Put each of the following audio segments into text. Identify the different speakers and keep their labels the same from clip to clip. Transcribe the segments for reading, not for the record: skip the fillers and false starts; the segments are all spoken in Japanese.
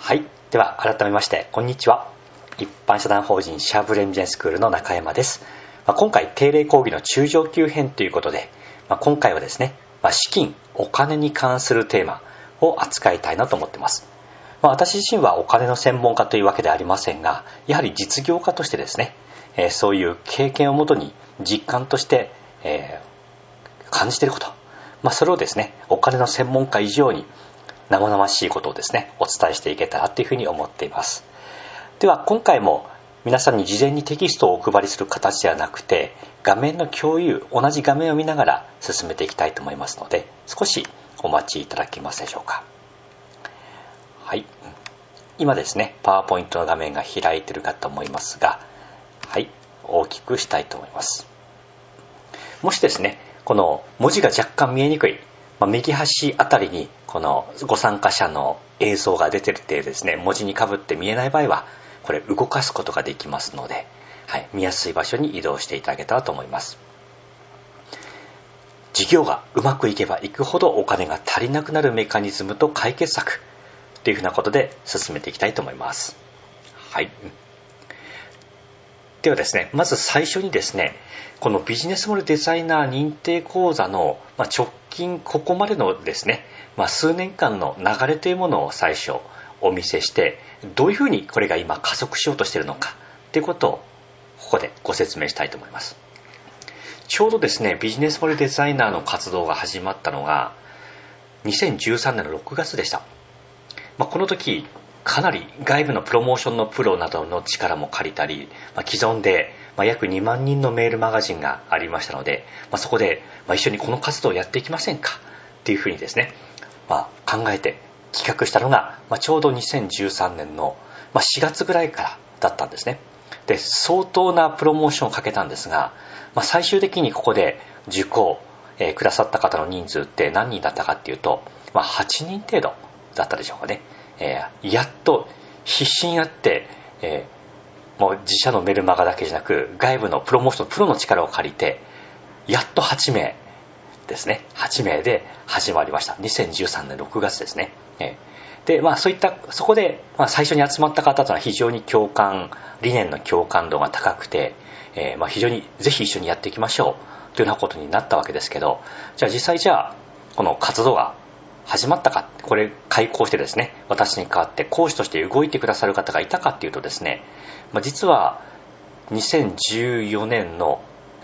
Speaker 1: はい。では、改めまして、こんにちは。一般社団法人シャーブルエンジェンスクールの中山です。今回、定例講義の中上級編ということで、今回はですね、資金、お金に関するテーマを扱いたいなと思っています。私自身はお金の専門家というわけではありませんが、やはり実業家としてですね、そういう経験をもとに実感として、感じていること、それをですね、お金の専門家以上に生々しいことをですね、お伝えしていけたらというふうに思っています。では今回も皆さんに事前にテキストをお配りする形ではなくて、画面の共有、同じ画面を見ながら進めていきたいと思いますので、少しお待ちいただけますでしょうか。はい。今ですね、パワーポイントの画面が開いているかと思いますが、はい、大きくしたいと思います。もしですね、この文字が若干見えにくい、右端あたりにこのご参加者の映像が出てるってですね、文字にかぶって見えない場合はこれ動かすことができますので、見やすい場所に移動していただけたらと思います。事業がうまくいけばいくほどお金が足りなくなるメカニズムと解決策というふうなことで進めていきたいと思います。はい。ではですね、まず最初にですね、このビジネスモデルデザイナー認定講座の直近ここまでのですね、数年間の流れというものを最初お見せして、どういうふうにこれが今加速しようとしているのかということをここでご説明したいと思います。ちょうどですね、ビジネスモデルデザイナーの活動が始まったのが2013年の6月でした。この時かなり外部のプロモーションのプロなどの力も借りたり、既存で約2万人のメールマガジンがありましたので、そこで一緒にこの活動をやっていきませんかっていうふうにですね、考えて企画したのが、ちょうど2013年の4月ぐらいからだったんですね。で、相当なプロモーションをかけたんですが、最終的にここで受講、くださった方の人数って何人だったかっていうと、8人程度だったでしょうかね。やっと必死になって、もう自社のメルマガだけじゃなく外部のプロモーションのプロの力を借りてやっと8名ですね、8名で始まりました。2013年6月ですね。で、そういったそこで、最初に集まった方というのは非常に理念の共感度が高くて、非常にぜひ一緒にやっていきましょうというようなことになったわけですけど、じゃあ実際この活動が始まったか、これ開講してですね、私に代わって講師として動いてくださる方がいたかっていうとですね、実は2014年の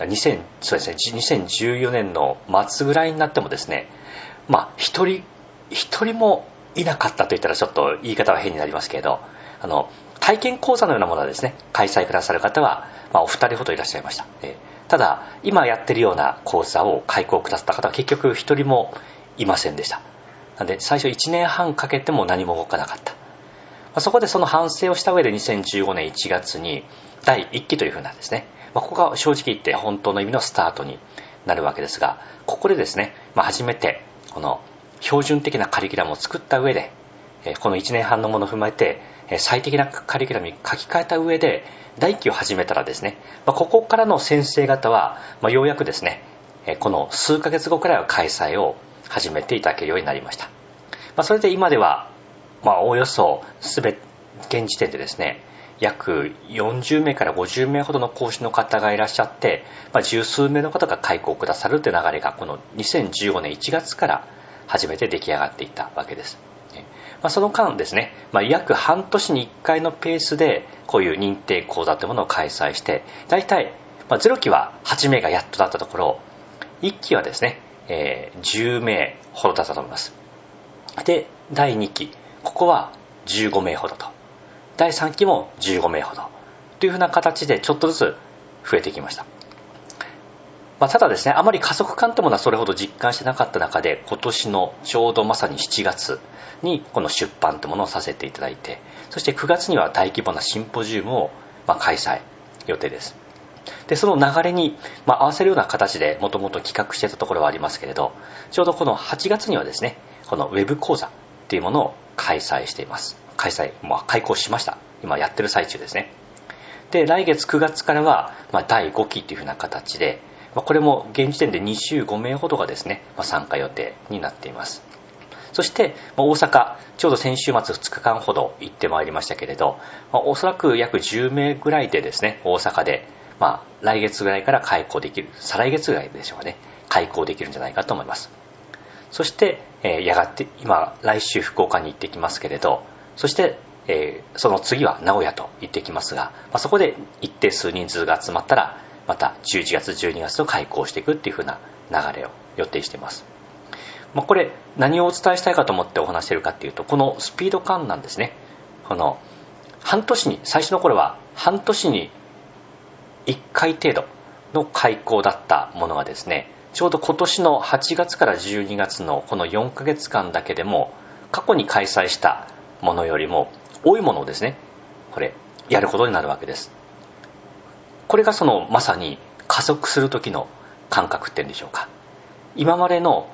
Speaker 1: 末ぐらいになってもですね、一人もいなかったと言ったらちょっと言い方は変になりますけれど、体験講座のようなものはですね、開催くださる方はお二人ほどいらっしゃいました。ただ今やってるような講座を開講くださった方は結局一人もいませんでした。なので最初1年半かけても何も動かなかった。そこでその反省をした上で2015年1月に第1期というふうなですね、ここが正直言って本当の意味のスタートになるわけですが、ここでですね、初めてこの標準的なカリキュラムを作った上で、この1年半のものを踏まえて最適なカリキュラムに書き換えた上で第1期を始めたらですね、ここからの先生方はようやくですね、この数ヶ月後くらいは開催を始めていただけるようになりました。それで今ではおおよそ現時点でですね、約40名から50名ほどの講師の方がいらっしゃって、十数名の方が開講くださるという流れがこの2015年1月から初めて出来上がっていったわけです。その間ですね、約半年に1回のペースでこういう認定講座というものを開催して、だいたい0期は8名がやっとだったところ、1期はですね、10名ほどだったと思います。で、第2期、ここは15名ほどと、第3期も15名ほどというふうな形でちょっとずつ増えてきました。ただですね、あまり加速感というものはそれほど実感してなかった中で、今年のちょうどまさに7月にこの出版というものをさせていただいて、そして9月には大規模なシンポジウムを開催予定です。で、その流れに合わせるような形でもともと企画していたところはありますけれど、ちょうどこの8月にはですね、このウェブ講座っていうものを開催しています。開講しました。今やってる最中ですね。で、来月9月からは第5期というふうな形で、これも現時点で25名ほどがですね、参加予定になっています。 そして大阪、ちょうど先週末2日間ほど行ってまいりましたけれど、おそらく約10名ぐらいでですね、大阪で、来月ぐらいから開校できる、再来月ぐらいでしょうかね、開校できるんじゃないかと思います。そして、やがて来週福岡に行ってきますけれど、そして、その次は名古屋と行ってきますが、そこで一定数人数が集まったらまた11月12月と開校していくっていう風な流れを予定しています。これ何をお伝えしたいかと思ってお話しているかっていうと、このスピード感なんですね。この半年に、最初の頃は半年に1回程度の開校だったものがですね、ちょうど今年の8月から12月のこの4ヶ月間だけでも過去に開催したものよりも多いものをですね、これやることになるわけです。これがそのまさに加速する時の感覚っていうんでしょうか。今までの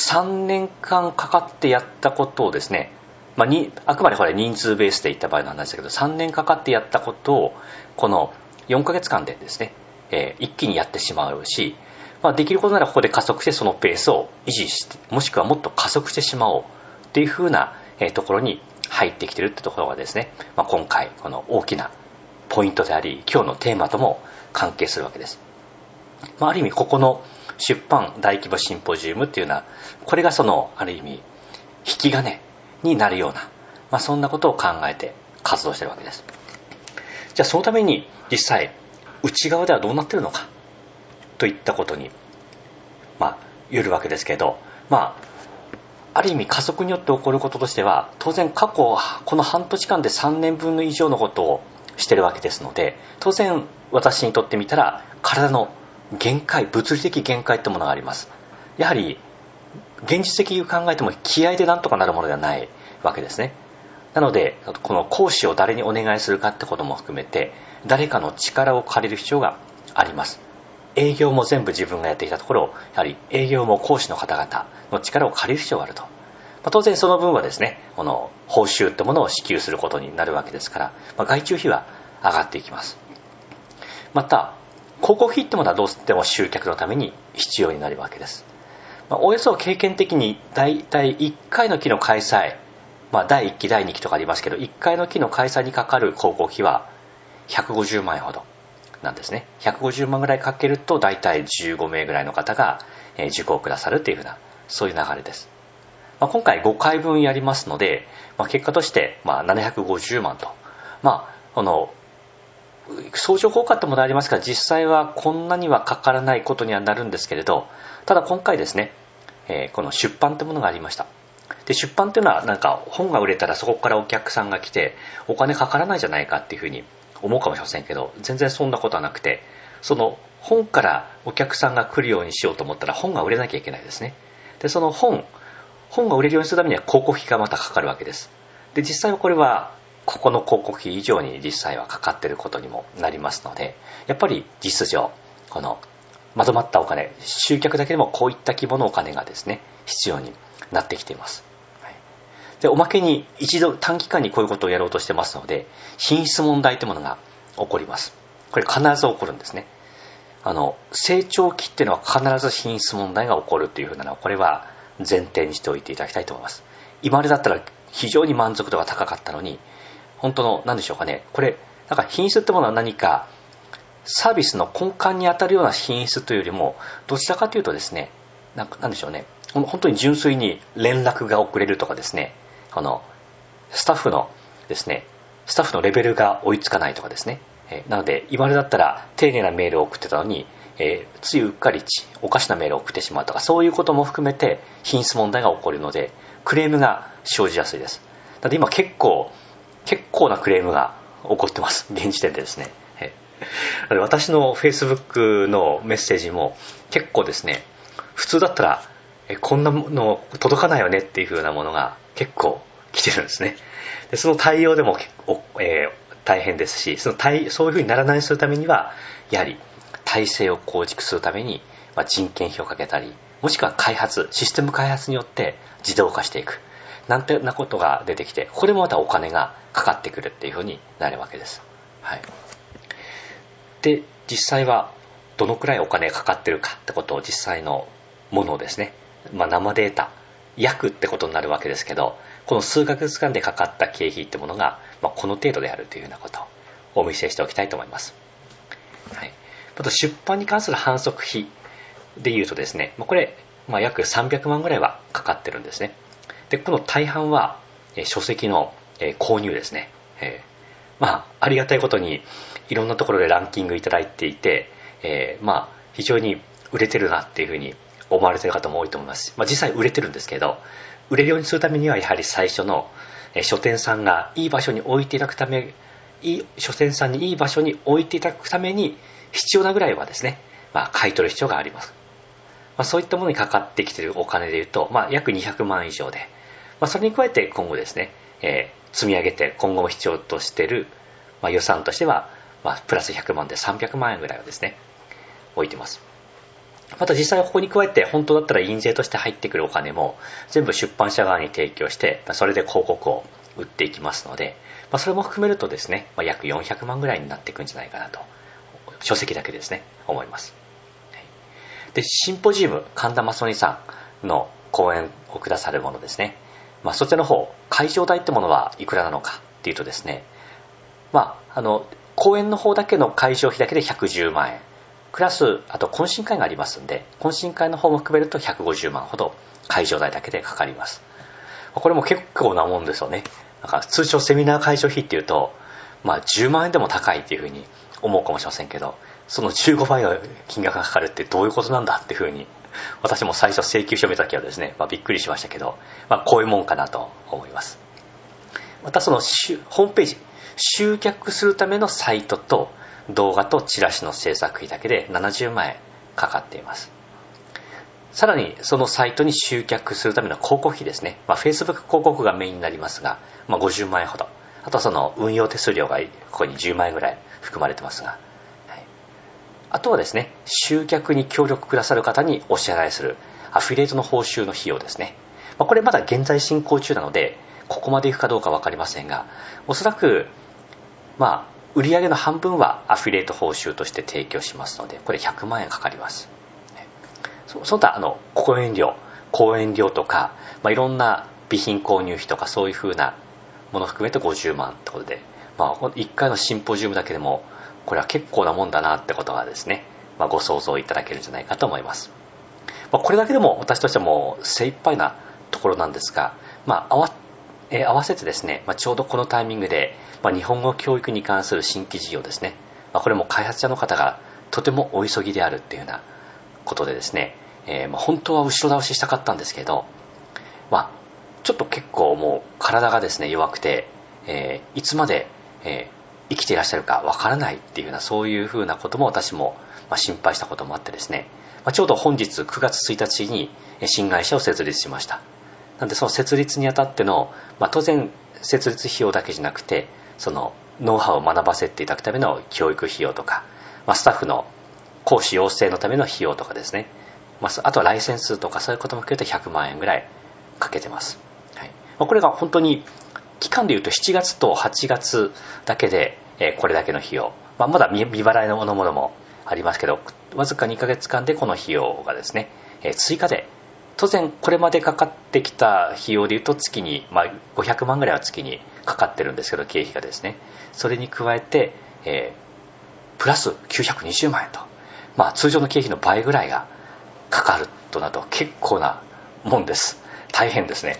Speaker 1: 3年間かかってやったことをですね、あくまでこれ人数ベースでいった場合の話ですけど、3年かかってやったことをこの4ヶ月間でですね、一気にやってしまうし、できることならここで加速してそのペースを維持して、もしくはもっと加速してしまおうっていうふうなところに入ってきてるってところがですね、今回この大きなポイントであり、今日のテーマとも関係するわけです。ある意味ここの出版大規模シンポジウムっていうのは、これがそのある意味引き金になるような、そんなことを考えて活動しているわけです。じゃあそのために実際内側ではどうなっているのかといったことによるわけですけど、ある意味加速によって起こることとしては、当然過去この半年間で3年分の以上のことをしているわけですので、当然私にとってみたら体の限界、物理的限界ってものがあります。やはり現実的に考えても気合でなんとかなるものではないわけですね。なのでこの講師を誰にお願いするかってことも含めて、誰かの力を借りる必要があります。営業も全部自分がやってきたところ、やはり営業も講師の方々の力を借りる必要があると。当然その分はですね、この報酬ってものを支給することになるわけですから、外注費は上がっていきます。また広告費ってものはどうしても集客のために必要になるわけです。およそ経験的に大体1回の期の開催、第1期第2期とかありますけど、1回の期の開催にかかる広告費は150万円ほどなんですね。150万ぐらいかけると大体15名ぐらいの方が受講くださるというふうな、そういう流れです。今回5回分やりますので、結果として750万と、この相乗効果ってものありますから、実際はこんなにはかからないことにはなるんですけれど、ただ今回ですね、この出版ってものがありました。で、出版っていうのは本が売れたらそこからお客さんが来てお金かからないじゃないかっていうふうに思うかもしれませんけど、全然そんなことはなくて、その本からお客さんが来るようにしようと思ったら本が売れなきゃいけないですね。で、その本が売れるようにするためには広告費がまたかかるわけです。で、実際はこれはここの広告費以上に実際はかかっていることにもなりますので、やっぱり実情このまとまったお金、集客だけでもこういった規模のお金がですね、必要になってきています。で、おまけに一度短期間にこういうことをやろうとしてますので、品質問題というものが起こります。これ必ず起こるんですね。成長期っていうのは必ず品質問題が起こるというふうなのは、これは前提にしておいていただきたいと思います。今までだったら非常に満足度が高かったのに、本当の何でしょうかね、これ品質ってものは何かサービスの根幹に当たるような品質というよりも、どちらかというとですね、なんでしょうね、本当に純粋に連絡が遅れるとかですね、スタッフのレベルが追いつかないとかですね、なので今までだったら丁寧なメールを送ってたのに、ついうっかりおかしなメールを送ってしまうとか、そういうことも含めて品質問題が起こるので、クレームが生じやすいです。なので今結構なクレームが起こってます、現時点でですね。私の Facebook のメッセージも結構ですね、普通だったらこんなの届かないよねっていう風なものが結構来てるんですね。で、その対応でも大変ですし、そういう風にならないようにするためには、やはり体制を構築するために、人件費をかけたり、もしくはシステム開発によって自動化していくなんてなことが出てきて、ここでもまたお金がかかってくるっていう風になるわけです。はい。で、実際はどのくらいお金がかかってるかってことを、実際のものをですね、生データ、 約ってことになるわけですけど、この数ヶ月間でかかった経費ってものが、この程度であるというようなことをお見せしておきたいと思います。はい、また出版に関する販促費でいうとですね、これ、約300万ぐらいはかかってるんですね。で、この大半は書籍の購入ですね。ありがたいことにいろんなところでランキングいただいていて、非常に売れてるなっていうふうに思われている方も多いと思います。実際売れてるんですけど、売れるようにするためにはやはり最初の書店さんがいい場所に置いていただくため、書店さんにいい場所に置いていただくために必要なぐらいはですね、買い取る必要があります。そういったものにかかってきているお金でいうと、約200万以上で、それに加えて今後ですね、積み上げて今後も必要としている、予算としては、プラス100万で300万円ぐらいをですね、置いてます。また実際ここに加えて本当だったら印税として入ってくるお金も全部出版社側に提供して、それで広告を売っていきますので、それも含めるとですね、約400万ぐらいになっていくんじゃないかなと、書籍だけですね、思います。で、シンポジウム神田正則さんの講演をくださるものですね、そちらの方、会場代ってものはいくらなのかっていうとですね、講演の方だけの会場費だけで110万円プラス、あと懇親会がありますんで、懇親会の方も含めると150万ほど会場代だけでかかります。これも結構なもんですよね。通常セミナー会場費っていうと、10万円でも高いっていうふうに思うかもしれませんけど、その15倍の金額がかかるってどういうことなんだっていうふうに、私も最初請求書を見た時はですね、びっくりしましたけど、こういうもんかなと思います。またそのホームページ、集客するためのサイトと動画とチラシの制作費だけで70万円かかっています。さらにそのサイトに集客するための広告費ですね、Facebook 広告がメインになりますが、50万円ほど、あとはその運用手数料がここに10万円ぐらい含まれてますが、あとはですね、集客に協力くださる方にお支払いするアフィリエイトの報酬の費用ですね。これまだ現在進行中なので、ここまでいくかどうか分かりませんが、おそらく売上の半分はアフィリエイト報酬として提供しますので、これ100万円かかります。その他講演料とか、いろんな備品購入費とかそういう風なものを含めて50万ってことで、1回のシンポジウムだけでもこれは結構なもんだなってことがですね、ご想像いただけるんじゃないかと思います。これだけでも私としてはもう精一杯なところなんですが、合わせてですね、ちょうどこのタイミングで、日本語教育に関する新規事業ですね、これも開発者の方がとてもお急ぎであるっていうようなことでですね、本当は後ろ倒ししたかったんですけど、ちょっと結構もう体がですね弱くて、いつまで、生きていらっしゃるかわからないっていうような、そういうふうなことも私も心配したこともあってですね、ちょうど本日9月1日に新会社を設立しました。なのでその設立にあたっての、当然設立費用だけじゃなくて、そのノウハウを学ばせていただくための教育費用とか、スタッフの講師養成のための費用とかですね、あとはライセンスとかそういうことも含めて100万円ぐらいかけてます。これが本当に期間でいうと7月と8月だけでこれだけの費用、まだ未払いのものもありますけど、わずか2ヶ月間でこの費用がですね、追加で当然これまでかかってきた費用でいうと月に、500万ぐらいは月にかかってるんですけど、経費がですね、それに加えて、プラス920万円と、通常の経費の倍ぐらいがかかるとなると結構なもんです。大変ですね。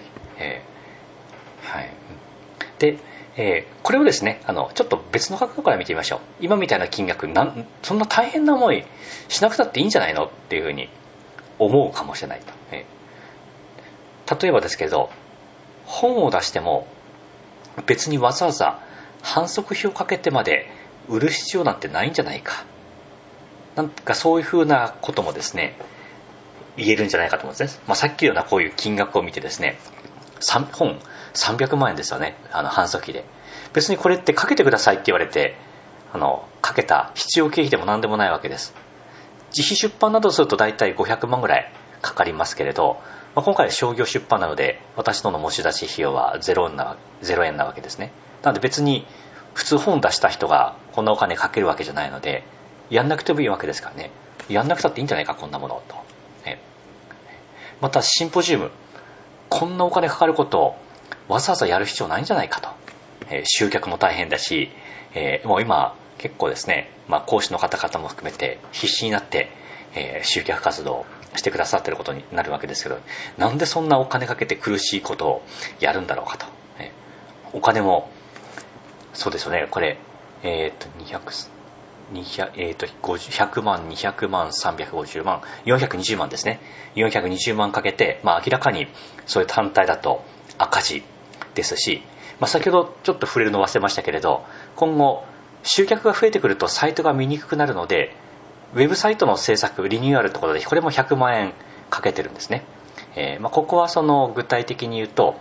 Speaker 1: で、これをですね、ちょっと別の角度から見てみましょう。今みたいな金額、そんな大変な思いしなくたっていいんじゃないのっていうふうに思うかもしれないと。例えばですけど、本を出しても別にわざわざ販促費をかけてまで売る必要なんてないんじゃないか。なんかそういうふうなこともですね、言えるんじゃないかと思うんですね。さっきのようなこういう金額を見てですね、本300万円ですよね、販促費で。別にこれってかけてくださいって言われてかけた必要経費でも何でもないわけです。自費出版などすると大体500万ぐらいかかりますけれど、今回は商業出版なので私どの持ち出し費用は0円なわけですね。なので別に普通本出した人がこんなお金かけるわけじゃないので、やんなくてもいいわけですからね。やんなくたっていいんじゃないかこんなものと。またシンポジウムこんなお金かかることをわざわざやる必要ないんじゃないかと、集客も大変だし、もう今結構ですね、講師の方々も含めて必死になって、集客活動をしてくださっていることになるわけですけど、なんでそんなお金かけて苦しいことをやるんだろうかと、お金もそうですよね、これ100万、200万、350万、420万ですね。420万かけて、明らかにそういう単体だと赤字ですし、先ほどちょっと触れるの忘れましたけれど、今後集客が増えてくるとサイトが見にくくなるので、ウェブサイトの制作リニューアルということでこれも100万円かけてるんですね。ここはその具体的に言うと、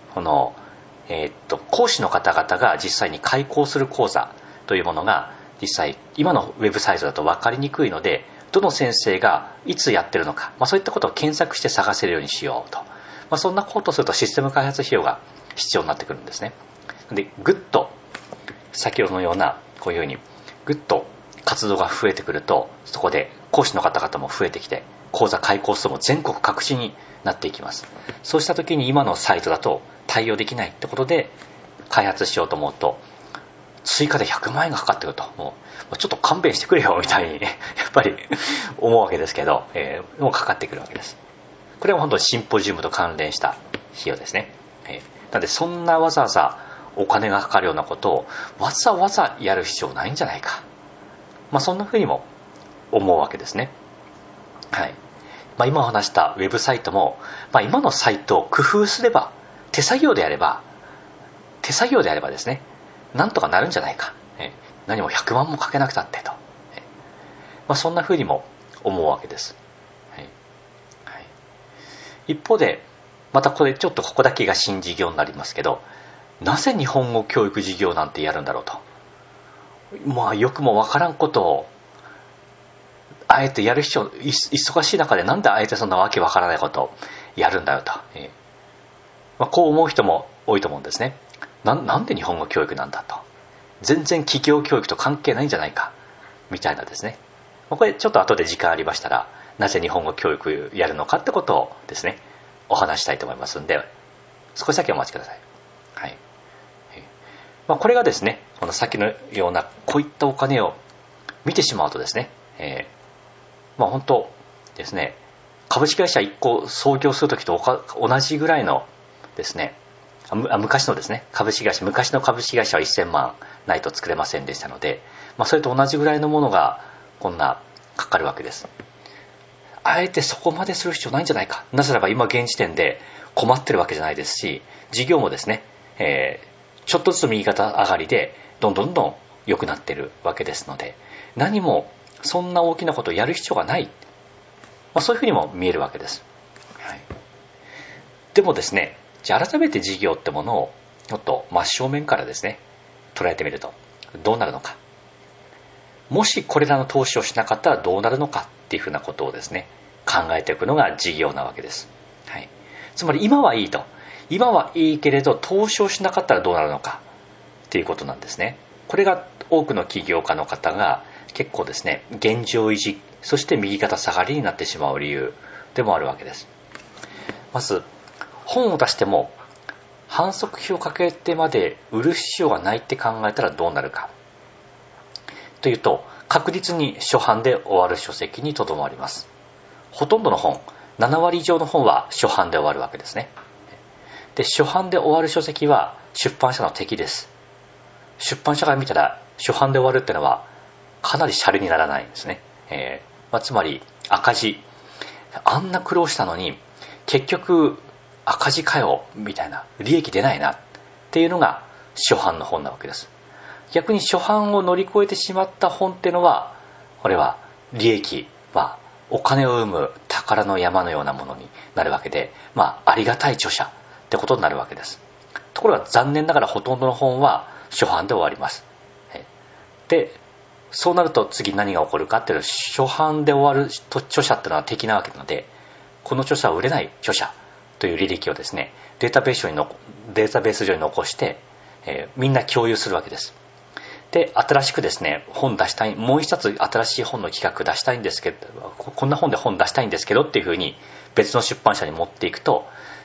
Speaker 1: 講師の方々が実際に開講する講座というものが実際今のウェブサイトだと分かりにくいので、どの先生がいつやってるのか、そういったことを検索して探せるようにしようと、そんなことをするとシステム開発費用が必要になってくるんですね。でぐっと先ほどのようなこういうふうにぐっと活動が増えてくると、そこで講師の方々も増えてきて講座開講数も全国各地になっていきます。そうした時に今のサイトだと対応できないってことで開発しようと思うと追加で100万円がかかってくると、もうちょっと勘弁してくれよみたいにやっぱり思うわけですけど、もうかかってくるわけです。これは本当にシンポジウムと関連した費用ですね。なのでそんなわざわざお金がかかるようなことをわざわざやる必要ないんじゃないか、そんなふうにも思うわけですね。はい。今お話したウェブサイトも、今のサイトを工夫すれば、手作業であればですね、なんとかなるんじゃないか、何も100万もかけなくたってと、そんなふうにも思うわけです。はいはい、一方でまたこれちょっとここだけが新事業になりますけど、なぜ日本語教育事業なんてやるんだろうと、よくもわからんことをあえてやる必要、忙しい中でなんであえてそんなわけわからないことをやるんだよと、こう思う人も多いと思うんですね。なんで日本語教育なんだと、全然企業教育と関係ないんじゃないかみたいなですね。これちょっと後で時間ありましたら、なぜ日本語教育やるのかってことをですねお話したいと思いますので、少しだけお待ちください。はい。これがですね、この先のようなこういったお金を見てしまうとですね、本当ですね、株式会社1個創業するときと同じぐらいのですね、昔のですね昔の株式会社は1000万ないと作れませんでしたので、それと同じぐらいのものがこんなかかるわけです。あえてそこまでする必要ないんじゃないか。なぜならば今現時点で困ってるわけじゃないですし、事業もですね、ちょっとずつ右肩上がりでどんどん良くなってるわけですので、何もそんな大きなことをやる必要がない、そういうふうにも見えるわけです。はい、でもですね、じゃあ改めて事業ってものをちょっと真正面からですね捉えてみるとどうなるのか、もしこれらの投資をしなかったらどうなるのかっていうふうなことをですね考えていくのが事業なわけです。はい、つまり今はいいと、今はいいけれど投資をしなかったらどうなるのかっていうことなんですね。これが多くの起業家の方が結構ですね現状維持、そして右肩下がりになってしまう理由でもあるわけです。まず本を出しても販促費をかけてまで売る必要がないって考えたらどうなるかというと、確実に初版で終わる書籍にとどまります。ほとんどの本、7割以上の本は初版で終わるわけですね。で、初版で終わる書籍は出版社の敵です。出版社から見たら初版で終わるってのはかなりシャレにならないんですね。つまり赤字、あんな苦労したのに結局赤字かよみたいな、利益出ないなっていうのが初版の本なわけです。逆に初版を乗り越えてしまった本っていうのは、これは利益はお金を生む宝の山のようなものになるわけで、ありがたい著者ってことになるわけです。ところが残念ながらほとんどの本は初版で終わります。で、そうなると次何が起こるかっていうと、初版で終わる著者っていうのは敵なわけなので、この著者は売れない著者という履歴をですねデータベース上に残して、みんな共有するわけです。で、新しくですね本出したい、もう一つ新しい本の企画出したいんですけど、こんな本で本出したいんですけどっていうふうに別の出版社に持っていくと、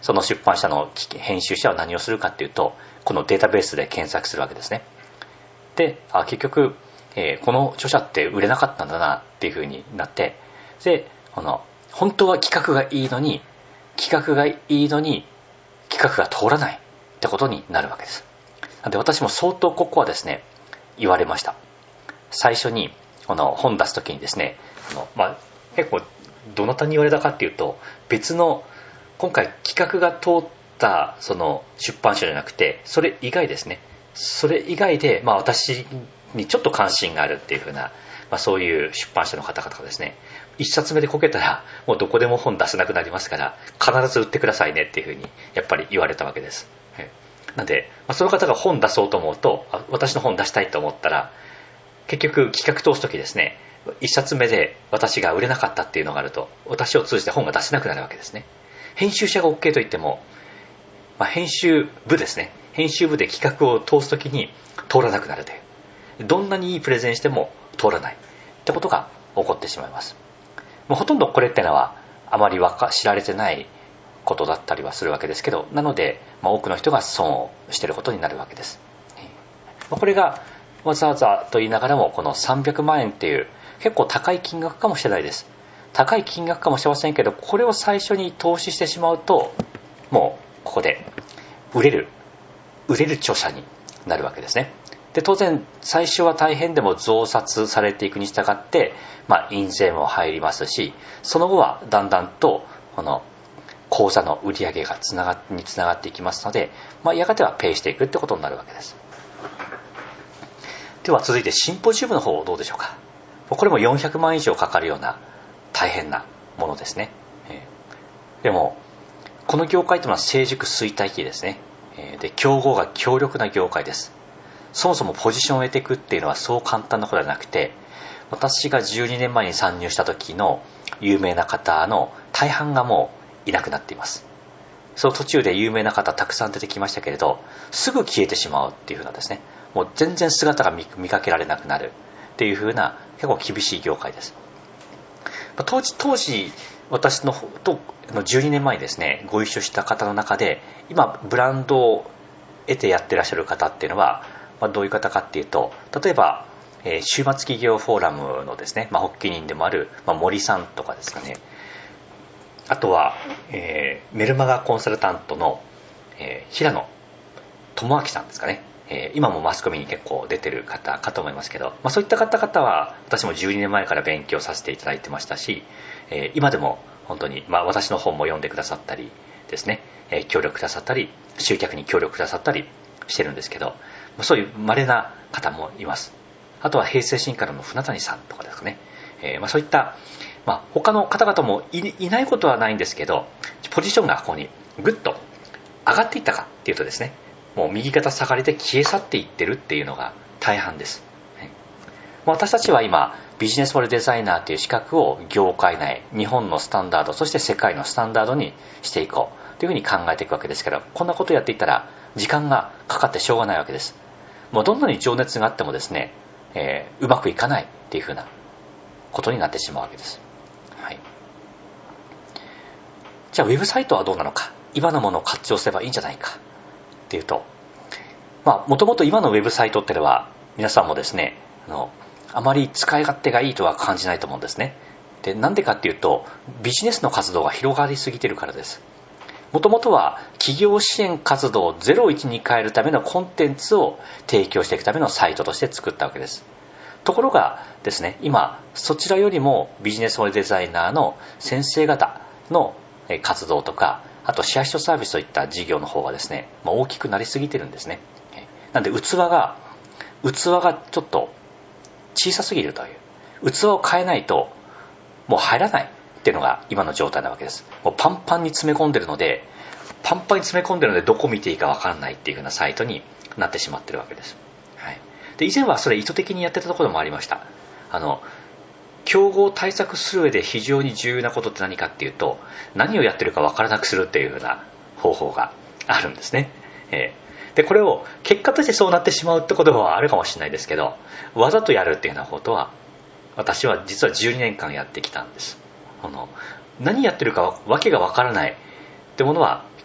Speaker 1: その出版社の編集者は何をするかっていうと、このデータベースで検索するわけですね。で、結局、この著者って売れなかったんだなっていう風になって、で、本当は企画がいいのに企画が通らないってことになるわけです。なんで私も相当ここはですね、言われました。最初に本出す時にですね、結構どなたに言われたかっていうと、別の今回企画が通ったその出版社じゃなくて、それ以外ですね、それ以外で、私にちょっと関心があるっていう風な、そういう出版社の方々がですね、一冊目でこけたらもうどこでも本出せなくなりますから、必ず売ってくださいねっていう風にやっぱり言われたわけです。なんで、その方が本出そうと思うと、私の本出したいと思ったら、結局企画通す時ですね、一冊目で私が売れなかったっていうのがあると、私を通じて本が出せなくなるわけですね。編集者が OK と言っても、編集部ですね、編集部で企画を通す時に通らなくなるという、どんなにいいプレゼンしても通らないってことが起こってしまいます。もうほとんどこれってのはあまり知られてないことだったりはするわけですけど、なので、多くの人が損をしていることになるわけです。これがわざわざと言いながらも、この300万円っていう結構高い金額かもしれないです。高い金額かもしれませんけど、これを最初に投資してしまうと、もうここで売れる著者になるわけですね。で、当然最初は大変でも増刷されていくに従って、印税も入りますし、その後はだんだんとこの講座の売り上げがつながっていきますので、やがてはペイしていくってことになるわけです。では続いてシンポジウムの方どうでしょうか。これも400万以上かかるような大変なものですね。でもこの業界というのは成熟衰退期ですね。で、競合が強力な業界です。そもそもポジションを得ていくっていうのはそう簡単なことではなくて、私が12年前に参入した時の有名な方の大半がもういなくなっています。その途中で有名な方たくさん出てきましたけれど、すぐ消えてしまうっていう風なですね、もう全然姿が見かけられなくなるっていう風な結構厳しい業界です。当時私のと12年前にですねご一緒した方の中で、今ブランドを得てやってらっしゃる方っていうのは、どういう方かっていうと、例えば、週末企業フォーラムのですね、発起人でもある、森さんとかですかね、あとは、メルマガコンサルタントの、平野智明さんですかね、今もマスコミに結構出てる方かと思いますけど、そういった方々は私も12年前から勉強させていただいてましたし、今でも本当に、私の本も読んでくださったりですね、協力くださったり、集客に協力くださったりしてるんですけど、そういう稀な方もいます。あとは平成新からの船谷さんとかですかね、そういった、他の方々も いないことはないんですけど、ポジションがここにグッと上がっていったかっていうとですね、もう右肩下がりで消え去っていってるっていうのが大半です。私たちは今ビジネスモデルデザイナーという資格を業界内、日本のスタンダード、そして世界のスタンダードにしていこうというふうに考えていくわけですから、こんなことをやっていったら時間がかかってしょうがないわけです。もうどんなに情熱があってもですね、うまくいかないっていうふうなことになってしまうわけです。じゃあウェブサイトはどうなのか、今のものを活用すればいいんじゃないかっていうと、もともと今のウェブサイトってのは皆さんもですね、あまり使い勝手がいいとは感じないと思うんですね。で、なんでかっていうと、ビジネスの活動が広がりすぎているからです。もともとは企業支援活動を01に変えるためのコンテンツを提供していくためのサイトとして作ったわけです。ところがですね、今そちらよりもビジネスモデルデザイナーの先生方の活動とか、あとシェア人サービスといった事業の方がですね、大きくなりすぎてるんですね。なんで器がちょっと小さすぎるという、器を変えないともう入らないっていうのが今の状態なわけです。もうパンパンに詰め込んでるので、どこ見ていいか分からないっていう風なサイトになってしまってるわけです。で、以前はそれ意図的にやってたところもありました。競合対策する上で非常に重要なことって何かっていうと、何をやってるか分からなくするっていう風な方法があるんですね。で、これを結果としてそうなってしまうってことはあるかもしれないですけど、わざとやるっていうようなことは私は実は12年間やってきたんです。何やってるかわけが分からないってものは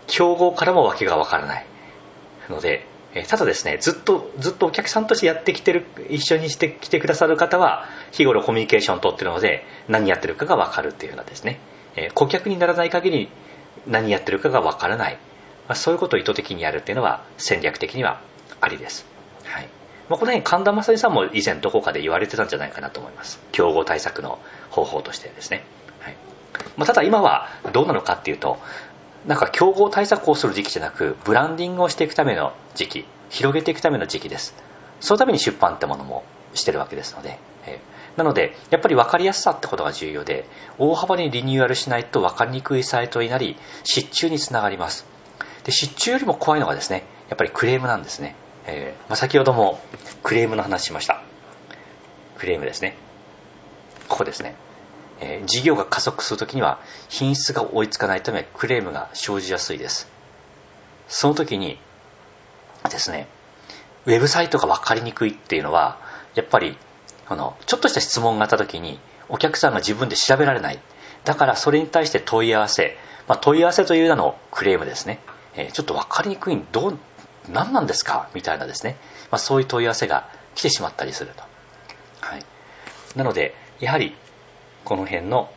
Speaker 1: 競合からも訳がわからないので、ただですね、ずっとお客さんとしてやってきてる、一緒にしてきてくださる方は日頃コミュニケーションを取ってるので何やってるかがわかるっていうようなですね、顧客にならない限り何やってるかがわからない、そういうことを意図的にやるっていうのは戦略的にはありです。はい。この辺神田正輝さんも以前どこかで言われてたんじゃないかなと思います。競合対策の方法としてですね。はい。ただ今はどうなのかっていうと、なんか競合対策をする時期じゃなくブランディングをしていくための時期、広げていくための時期です。そのために出版ってものもしてるわけですので、なのでやっぱり分かりやすさってことが重要で、大幅にリニューアルしないと分かりにくいサイトになり失注につながります。で、失注よりも怖いのがですね、やっぱりクレームなんですね。先ほどもクレームの話しました。クレームですね。ここですね。事業が加速するときには品質が追いつかないためクレームが生じやすいです。その時にですね、ウェブサイトが分かりにくいっていうのはやっぱりちょっとした質問があった時にお客さんが自分で調べられない。だからそれに対して問い合わせ、問い合わせという名のクレームですね。ちょっと分かりにくい、何なんですかみたいなですね、そういう問い合わせが来てしまったりすると。はい。なのでやはりこの辺の、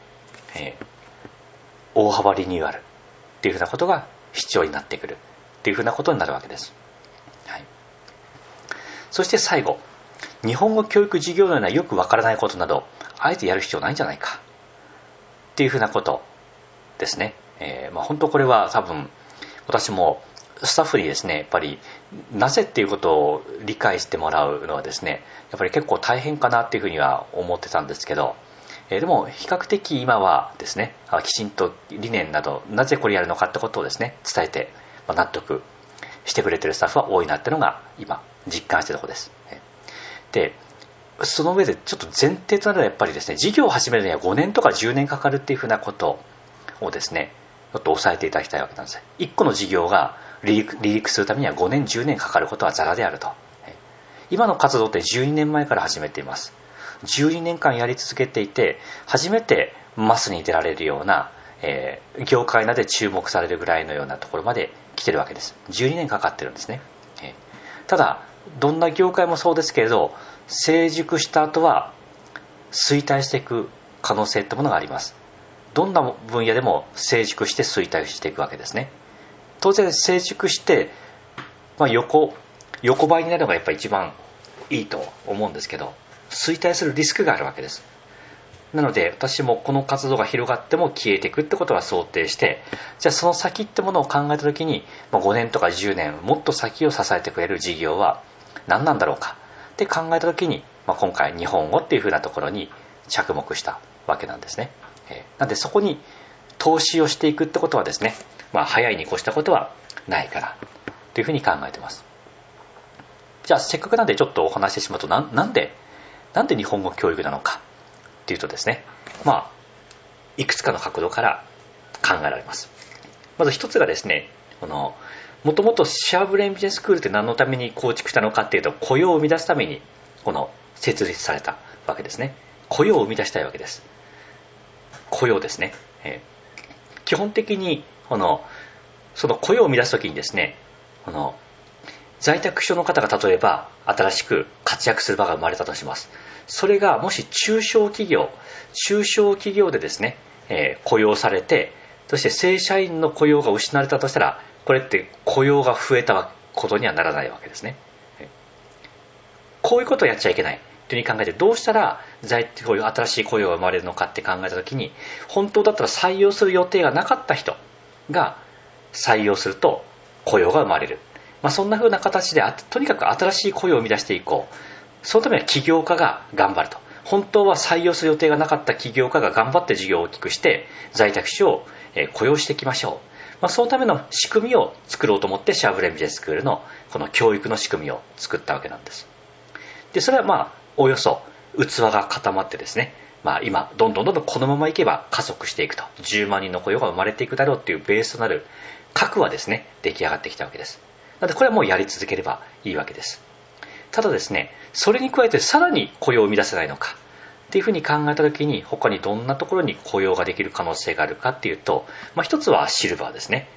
Speaker 1: 大幅リニューアルっていうふうなことが必要になってくるっていうふうなことになるわけです。はい。そして最後、日本語教育事業のようなよくわからないことなどあえてやる必要ないんじゃないかっていうふうなことですね。本当これは多分私もスタッフにですね、やっぱりなぜっていうことを理解してもらうのはですね、やっぱり結構大変かなっていうふうには思ってたんですけど、でも比較的今はですね、きちんと理念などなぜこれやるのかってことをですね伝えて、納得してくれてるスタッフは多いなっていうのが今実感しているところです。で、その上でちょっと前提となるのはやっぱりですね、事業を始めるには5年とか10年かかるっていうふうなことをですねちょっと押さえていただきたいわけなんです。1個の事業が離陸するためには5年10年かかることはザラであると。今の活動って12年前から始めています。12年間やり続けていて初めてマスに出られるような、業界内で注目されるぐらいのようなところまで来てるわけです。12年かかってるんですね。ただどんな業界もそうですけれど、成熟した後は衰退していく可能性ってものがあります。どんな分野でも成熟して衰退していくわけですね。当然成熟して、横ばいになるのがやっぱり一番いいと思うんですけど、衰退するリスクがあるわけです。なので私もこの活動が広がっても消えていくってことは想定して、じゃあその先ってものを考えた時に、5年とか10年もっと先を支えてくれる事業は何なんだろうかって考えた時に、今回日本語っていうふうなところに着目したわけなんですね。なのでそこに投資をしていくってことはですね、早いに越したことはないからというふうに考えています。じゃあせっかくなんでちょっとお話してしまうと、なんで日本語教育なのかっていうとですね、いくつかの角度から考えられます。まず一つがですね、もともとシャーブレインビジネススクールって何のために構築したのかっていうと、雇用を生み出すために設立されたわけですね。雇用を生み出したいわけです。雇用ですね。基本的にその雇用を生み出すときにですね、在宅所の方が例えば新しく活躍する場が生まれたとします。それがもし中小企業でですね、雇用されて、そして正社員の雇用が失われたとしたら、これって雇用が増えたことにはならないわけですね。こういうことをやっちゃいけないというふうに考えて、どうしたら新しい雇用が生まれるのかって考えたときに、本当だったら採用する予定がなかった人が採用すると雇用が生まれる。そんな風な形でとにかく新しい雇用を生み出していこう。そのためには起業家が頑張ると。本当は採用する予定がなかった起業家が頑張って事業を大きくして在宅者を雇用していきましょう。そのための仕組みを作ろうと思ってシャーブレインビジネススクールのこの教育の仕組みを作ったわけなんです。でそれはおよそ器が固まってですね、今どんどんこのままいけば加速していくと、10万人の雇用が生まれていくだろうっていうベースとなる核はですね出来上がってきたわけです。なのでこれはもうやり続ければいいわけです。ただですね、それに加えてさらに雇用を生み出せないのかっていうふうに考えたときに、他にどんなところに雇用ができる可能性があるかっていうと、一つはシルバーですね。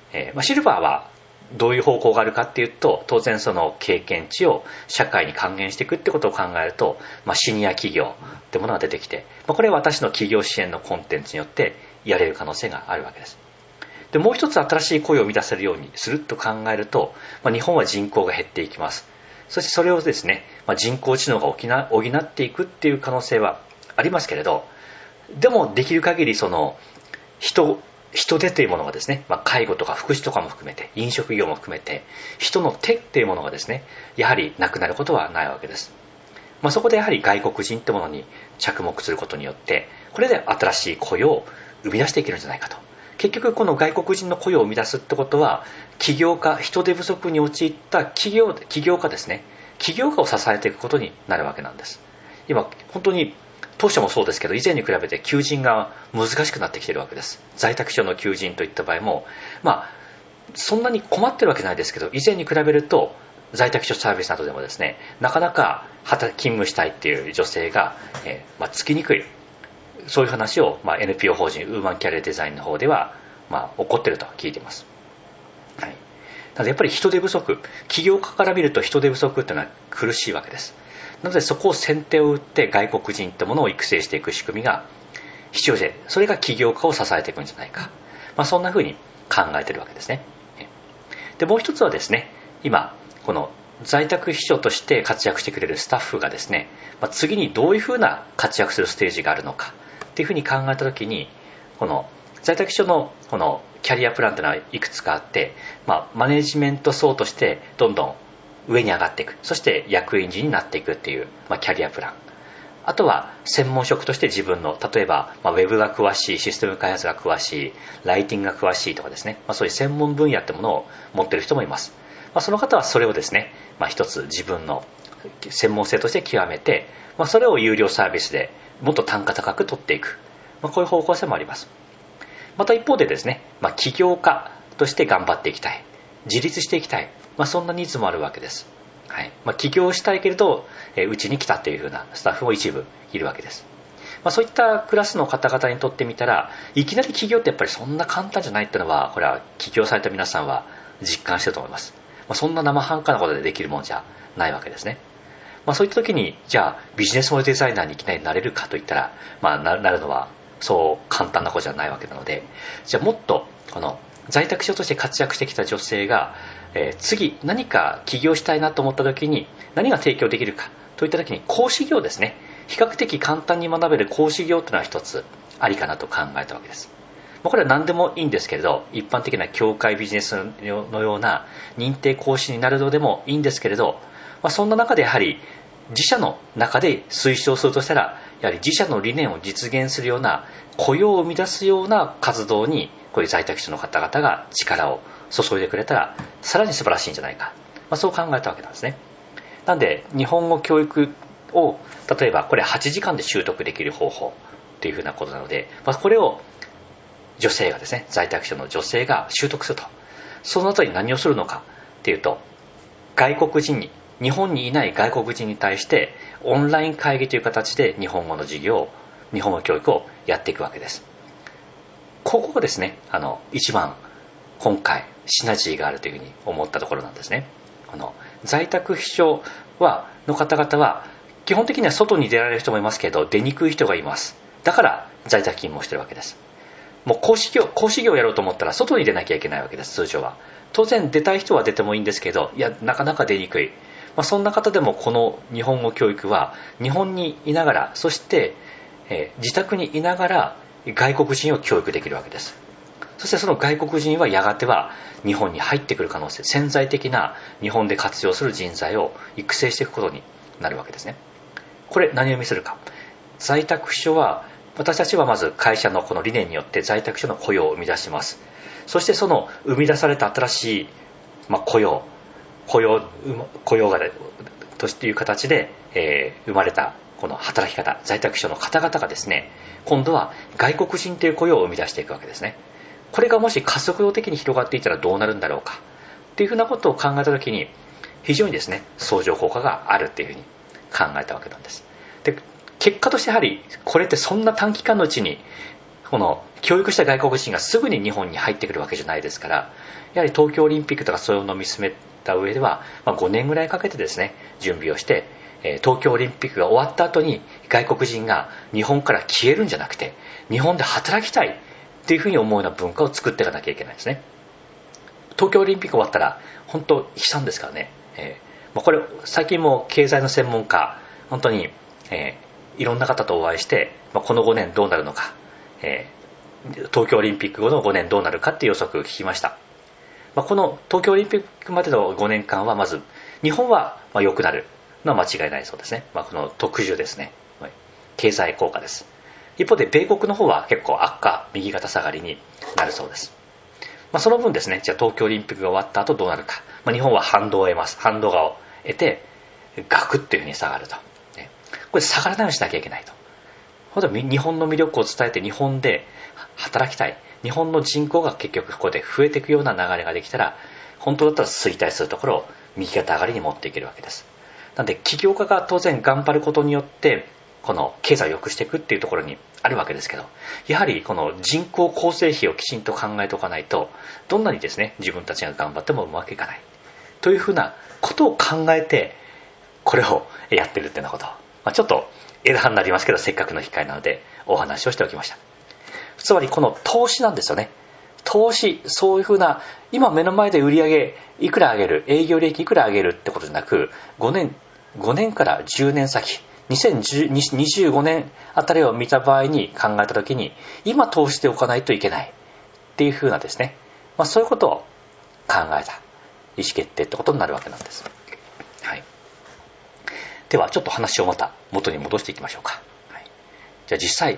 Speaker 1: シルバーはどういう方向があるかっていうと、当然その経験値を社会に還元していくってことを考えると、シニア企業ってものが出てきて、これは私の企業支援のコンテンツによってやれる可能性があるわけです。でもう一つ新しい雇用を生み出せるようにすると考えると、日本は人口が減っていきます。そしてそれをですね、人工知能が補っていくっていう可能性はありますけれど、でもできる限りその人手というものがですね、介護とか福祉とかも含めて、飲食業も含めて、人の手っていうものがですね、やはりなくなることはないわけです。そこでやはり外国人ってものに着目することによって、これで新しい雇用を生み出していけるんじゃないかと。結局この外国人の雇用を生み出すってことは、起業家、人手不足に陥った起業家ですね、起業家を支えていくことになるわけなんです。今本当に当社もそうですけど、以前に比べて求人が難しくなってきているわけです。在宅所の求人といった場合も、そんなに困ってるわけないですけど、以前に比べると在宅所サービスなどでもですね、なかなか勤務したいっていう女性が、つきにくい、そういう話を、NPO 法人ウーマンキャリアデザインの方では、起こっていると聞いています。はい。なのでやっぱり人手不足、起業家から見ると人手不足っていうのは苦しいわけです。なのでそこを先手を打って外国人ってものを育成していく仕組みが必要で、それが起業家を支えていくんじゃないか、そんなふうに考えているわけですね。でもう一つはですね、今この在宅秘書として活躍してくれるスタッフがですね、次にどういうふうな活躍するステージがあるのかっていうふうに考えたときに、この在宅秘書のこのキャリアプランというのはいくつかあって、マネジメント層としてどんどん上に上がっていく、そして役員陣になっていくっていう、キャリアプラン。あとは専門職として自分の、例えば、ウェブが詳しい、システム開発が詳しい、ライティングが詳しいとかですね、そういう専門分野ってものを持っている人もいます。その方はそれをですね、一つ自分の専門性として極めて、それを有料サービスでもっと単価高く取っていく、こういう方向性もあります。また一方でですね、起業家として頑張っていきたい、自立していきたい、そんなニーズもあるわけです。はい。起業したいけれど、うちに来たというふうなスタッフも一部いるわけです。そういったクラスの方々にとってみたら、いきなり起業ってやっぱりそんな簡単じゃないっていうのは、これは起業された皆さんは実感してると思います。そんな生半可なことでできるもんじゃないわけですね。そういった時に、じゃあビジネスモデルデザイナーにいきなりなれるかといったら、なるのはそう簡単なことじゃないわけなので、じゃあもっとこの在宅所として活躍してきた女性が、次何か起業したいなと思った時に何が提供できるかといった時に、講師業ですね。比較的簡単に学べる講師業というのは一つありかなと考えたわけです。これは何でもいいんですけれど、一般的な協会ビジネスのような認定講師になるのでもいいんですけれど、そんな中でやはり自社の中で推奨するとしたら、やはり自社の理念を実現するような、雇用を生み出すような活動にこういう在宅者の方々が力を注いでくれたらさらに素晴らしいんじゃないか、そう考えたわけなんですね。なんで日本語教育を例えばこれ8時間で習得できる方法というふうなことなので、これを女性がですね、在宅者の女性が習得すると、その後に何をするのかっていうと、外国人に、日本にいない外国人に対してオンライン会議という形で日本語の授業、日本語教育をやっていくわけです。ここがですね、一番今回シナジーがあるというふうに思ったところなんですね。在宅秘書の方々は基本的には外に出られる人もいますけど、出にくい人がいます。だから在宅勤務をしているわけです。もう講師業をやろうと思ったら外に出なきゃいけないわけです。通常は当然出たい人は出てもいいんですけど、いやなかなか出にくい、そんな方でもこの日本語教育は日本にいながら、そして、自宅にいながら外国人を教育できるわけです。そしてその外国人はやがては日本に入ってくる可能性、潜在的な日本で活用する人材を育成していくことになるわけですね。これ何を意味するか。在宅秘書は、私たちはまず会社のこの理念によって在宅所の雇用を生み出します。そしてその生み出された新しい、雇用がという形で、生まれたこの働き方、在宅所の方々がですね、今度は外国人という雇用を生み出していくわけですね。これがもし加速度的に広がっていったらどうなるんだろうかっていうふうなことを考えたときに、非常にですね、相乗効果があるっていうふうに考えたわけなんです。で、結果としてやはりこれってそんな短期間のうちにこの教育した外国人がすぐに日本に入ってくるわけじゃないですから、やはり東京オリンピックとかそういうのを見つめた上では、5年ぐらいかけてですね準備をして、東京オリンピックが終わった後に外国人が日本から消えるんじゃなくて、日本で働きたいっていうふうに思うような文化を作っていかなきゃいけないですね。東京オリンピック終わったら本当悲惨ですからね。これ最近も経済の専門家本当に、いろんな方とお会いして、この5年どうなるのか、東京オリンピック後の5年どうなるかっていう予測を聞きました。この東京オリンピックまでの5年間はまず日本は良くなるのは間違いないそうですね。この特需ですね、経済効果です。一方で米国の方は結構悪化、右肩下がりになるそうです。その分ですね、じゃあ東京オリンピックが終わった後どうなるか、日本は反動を得ます。反動を得てガクッというふうに下がると、これ下がらないようにしなきゃいけないと。日本の魅力を伝えて日本で働きたい、日本の人口が結局ここで増えていくような流れができたら、本当だったら衰退するところを右肩上がりに持っていけるわけです。なので起業家が当然頑張ることによってこの経済を良くしていくっていうところにあるわけですけど、やはりこの人口構成比をきちんと考えておかないと、どんなにですね自分たちが頑張ってもうまくいかないというふうなことを考えてこれをやってるっていうようなこと、ちょっと枝葉になりますけど、せっかくの機会なのでお話をしておきました。つまりこの投資なんですよね。投資、そういうふうな今目の前で売り上げいくら上げる、営業利益いくら上げるってことじゃなく、5年から10年先、2025年あたりを見た場合に考えたときに、今投資しておかないといけないっていうふうなですね、そういうことを考えた意思決定ってことになるわけなんです。はい。ではちょっと話をまた元に戻していきましょうか。はい、じゃあ実際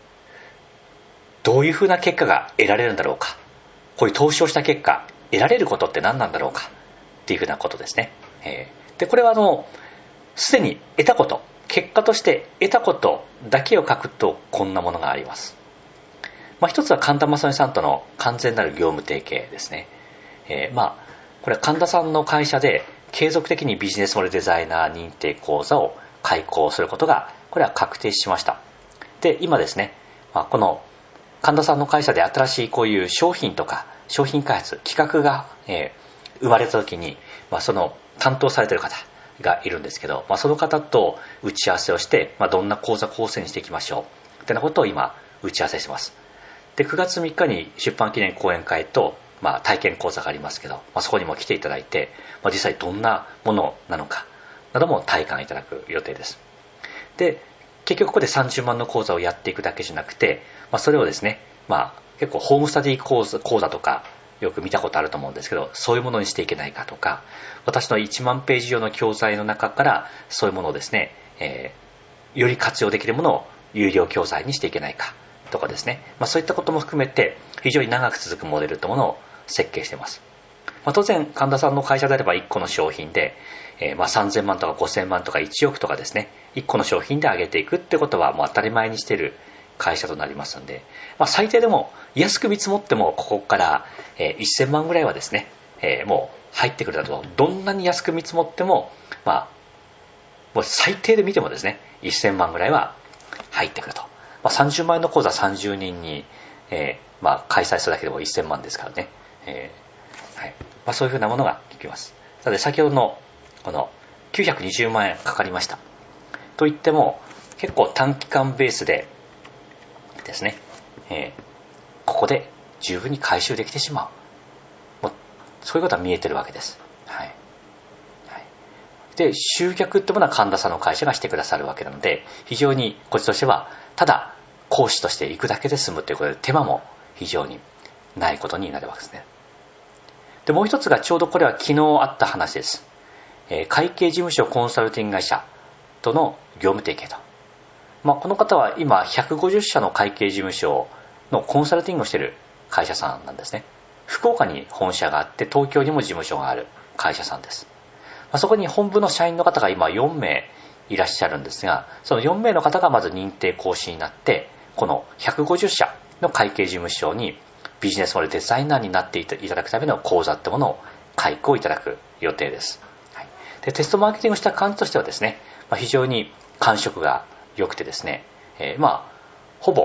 Speaker 1: どういうふうな結果が得られるんだろうか、こういう投資をした結果得られることって何なんだろうかっていうふうなことですね。でこれはすでに得たこと、結果として得たことだけを書くとこんなものがあります。一つは神田正美さんとの完全なる業務提携ですね。これは神田さんの会社で継続的にビジネスモデルデザイナー認定講座を開講することがこれは確定しました。で今ですね、この神田さんの会社で新しいこういう商品とか商品開発企画が、生まれた時に、その担当されている方がいるんですけど、その方と打ち合わせをして、どんな講座構成にしていきましょうってなことを今打ち合わせしてます。で9月3日に出版記念講演会と、体験講座がありますけど、そこにも来ていただいて、実際どんなものなのかなども体感いただく予定です。で結局ここで30万の講座をやっていくだけじゃなくて、それをですね、結構ホームスタディ講座とかよく見たことあると思うんですけど、そういうものにしていけないかとか、私の1万ページ用の教材の中からそういうものをですね、より活用できるものを有料教材にしていけないかとかですね、そういったことも含めて非常に長く続くモデルというものを設計しています。当然神田さんの会社であれば1個の商品で、3000万とか5000万とか1億とかですね、1個の商品で上げていくってことはもう当たり前にしている会社となりますので、最低でも安く見積もってもここから1000万ぐらいはですね、もう入ってくるだと。どんなに安く見積もっても、もう最低で見てもですね1000万ぐらいは入ってくると。30万円の講座30人に、開催するだけでも1000万ですからね、はい、そういうふうなものが聞きます。なので先ほどのこの920万円かかりましたといっても結構短期間ベースでですね、ここで十分に回収できてしまう、そういうことは見えてるわけです。はいはい、で集客ってものは神田さんの会社がしてくださるわけなので、非常にこっちとしてはただ講師として行くだけで済むということで手間も非常にないことになるわけですね。でもう一つがちょうどこれは昨日あった話です。会計事務所コンサルティング会社との業務提携と、この方は今150社の会計事務所のコンサルティングをしている会社さんなんですね。福岡に本社があって東京にも事務所がある会社さんです。そこに本部の社員の方が今4名いらっしゃるんですが、その4名の方がまず認定講師になって、この150社の会計事務所にビジネスモデルデザイナーになっていただくための講座ってものを開講いただく予定です。はい、でテストマーケティングした感じとしてはですね、非常に感触が良くてですね、ほぼ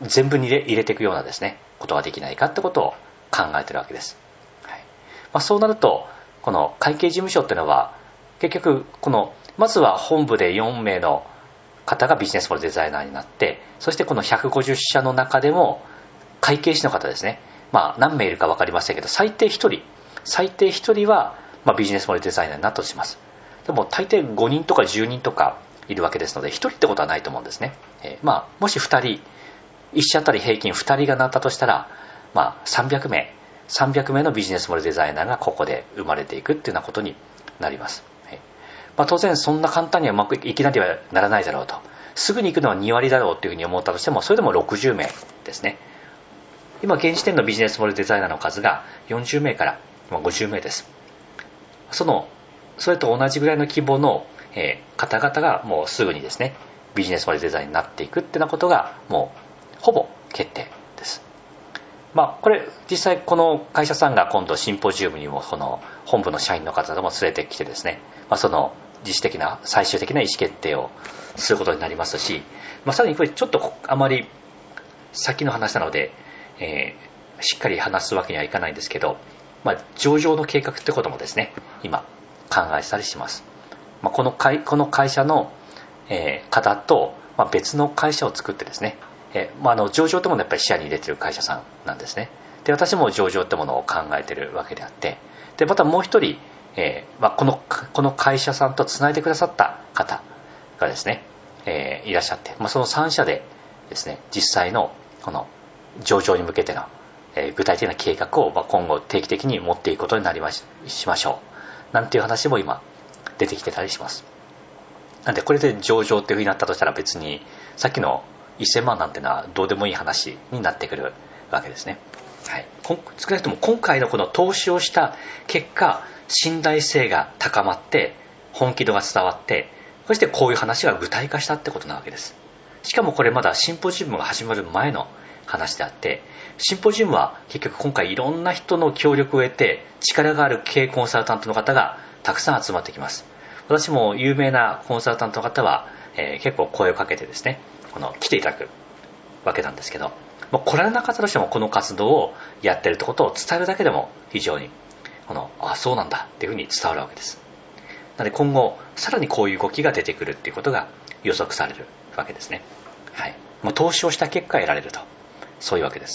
Speaker 1: 全部に入れていくようなですねことができないかってことを考えているわけです。そうなるとこの会計事務所っていうのは結局まずは本部で4名の方がビジネスモデルデザイナーになって、そしてこの150社の中でも会計士の方ですね、何名いるか分かりませんけど最低1人はビジネスモデルデザイナーになったとします。でも大抵5人とか10人とかいるわけですので1人ってことはないと思うんですね。もし2人1社あたり平均2人がなったとしたら、300名のビジネスモデルデザイナーがここで生まれていくっていうようなことになります。当然そんな簡単にはうまくいきなりはならないだろうと、すぐに行くのは2割だろうというふうに思ったとしても、それでも60名ですね。今現時点のビジネスモデルデザイナーの数が40名から50名です。それと同じぐらいの規模の方々がもうすぐにですねビジネスモデルデザインになっていくっていうようなことがもうほぼ決定です。これ実際この会社さんが今度シンポジウムにもこの本部の社員の方も連れてきてですね、その自主的な最終的な意思決定をすることになりますし、さらにこれちょっとあまり先の話なので、しっかり話すわけにはいかないんですけど、上場の計画ってこともですね今考えたりします。この会社の、方と、別の会社を作ってですね、上場ってものをやっぱり視野に入れている会社さんなんですね。で私も上場ってものを考えているわけであって、でまたもう一人、この会社さんとつないでくださった方がですね、いらっしゃって、その3社でですね実際のこの上場に向けての、具体的な計画を、今後定期的に持っていくことにしましょうなんていう話も今出てきてたりします。なんでこれで上場っていうふうになったとしたら、別にさっきの1000万なんてのはどうでもいい話になってくるわけですね。少なくとも今回のこの投資をした結果、信頼性が高まって本気度が伝わって、そしてこういう話が具体化したってことなわけです。しかもこれまだシンポジウムが始まる前の話であって、シンポジウムは結局今回いろんな人の協力を得て力がある経営コンサルタントの方がたくさん集まってきます。私も有名なコンサルタントの方は、結構声をかけてですね来ていただくわけなんですけど、来られなかったとしてもこの活動をやっているということを伝えるだけでも非常にそうなんだっていうふうに伝わるわけです。なので今後さらにこういう動きが出てくるっていうことが予測されるわけですね。投資をした結果得られると、そういうわけです。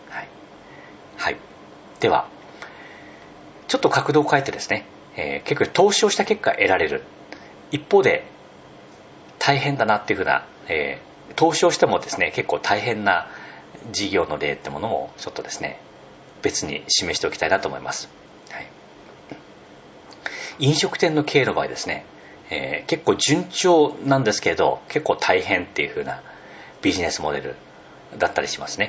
Speaker 1: ではちょっと角度を変えてですね、結局投資をした結果得られる一方で大変だなっていうふうな、投資をしてもですね結構大変な事業の例ってものもちょっとですね別に示しておきたいなと思います。飲食店の経営の場合ですね、結構順調なんですけれど結構大変っていうふうなビジネスモデルだったりしますね。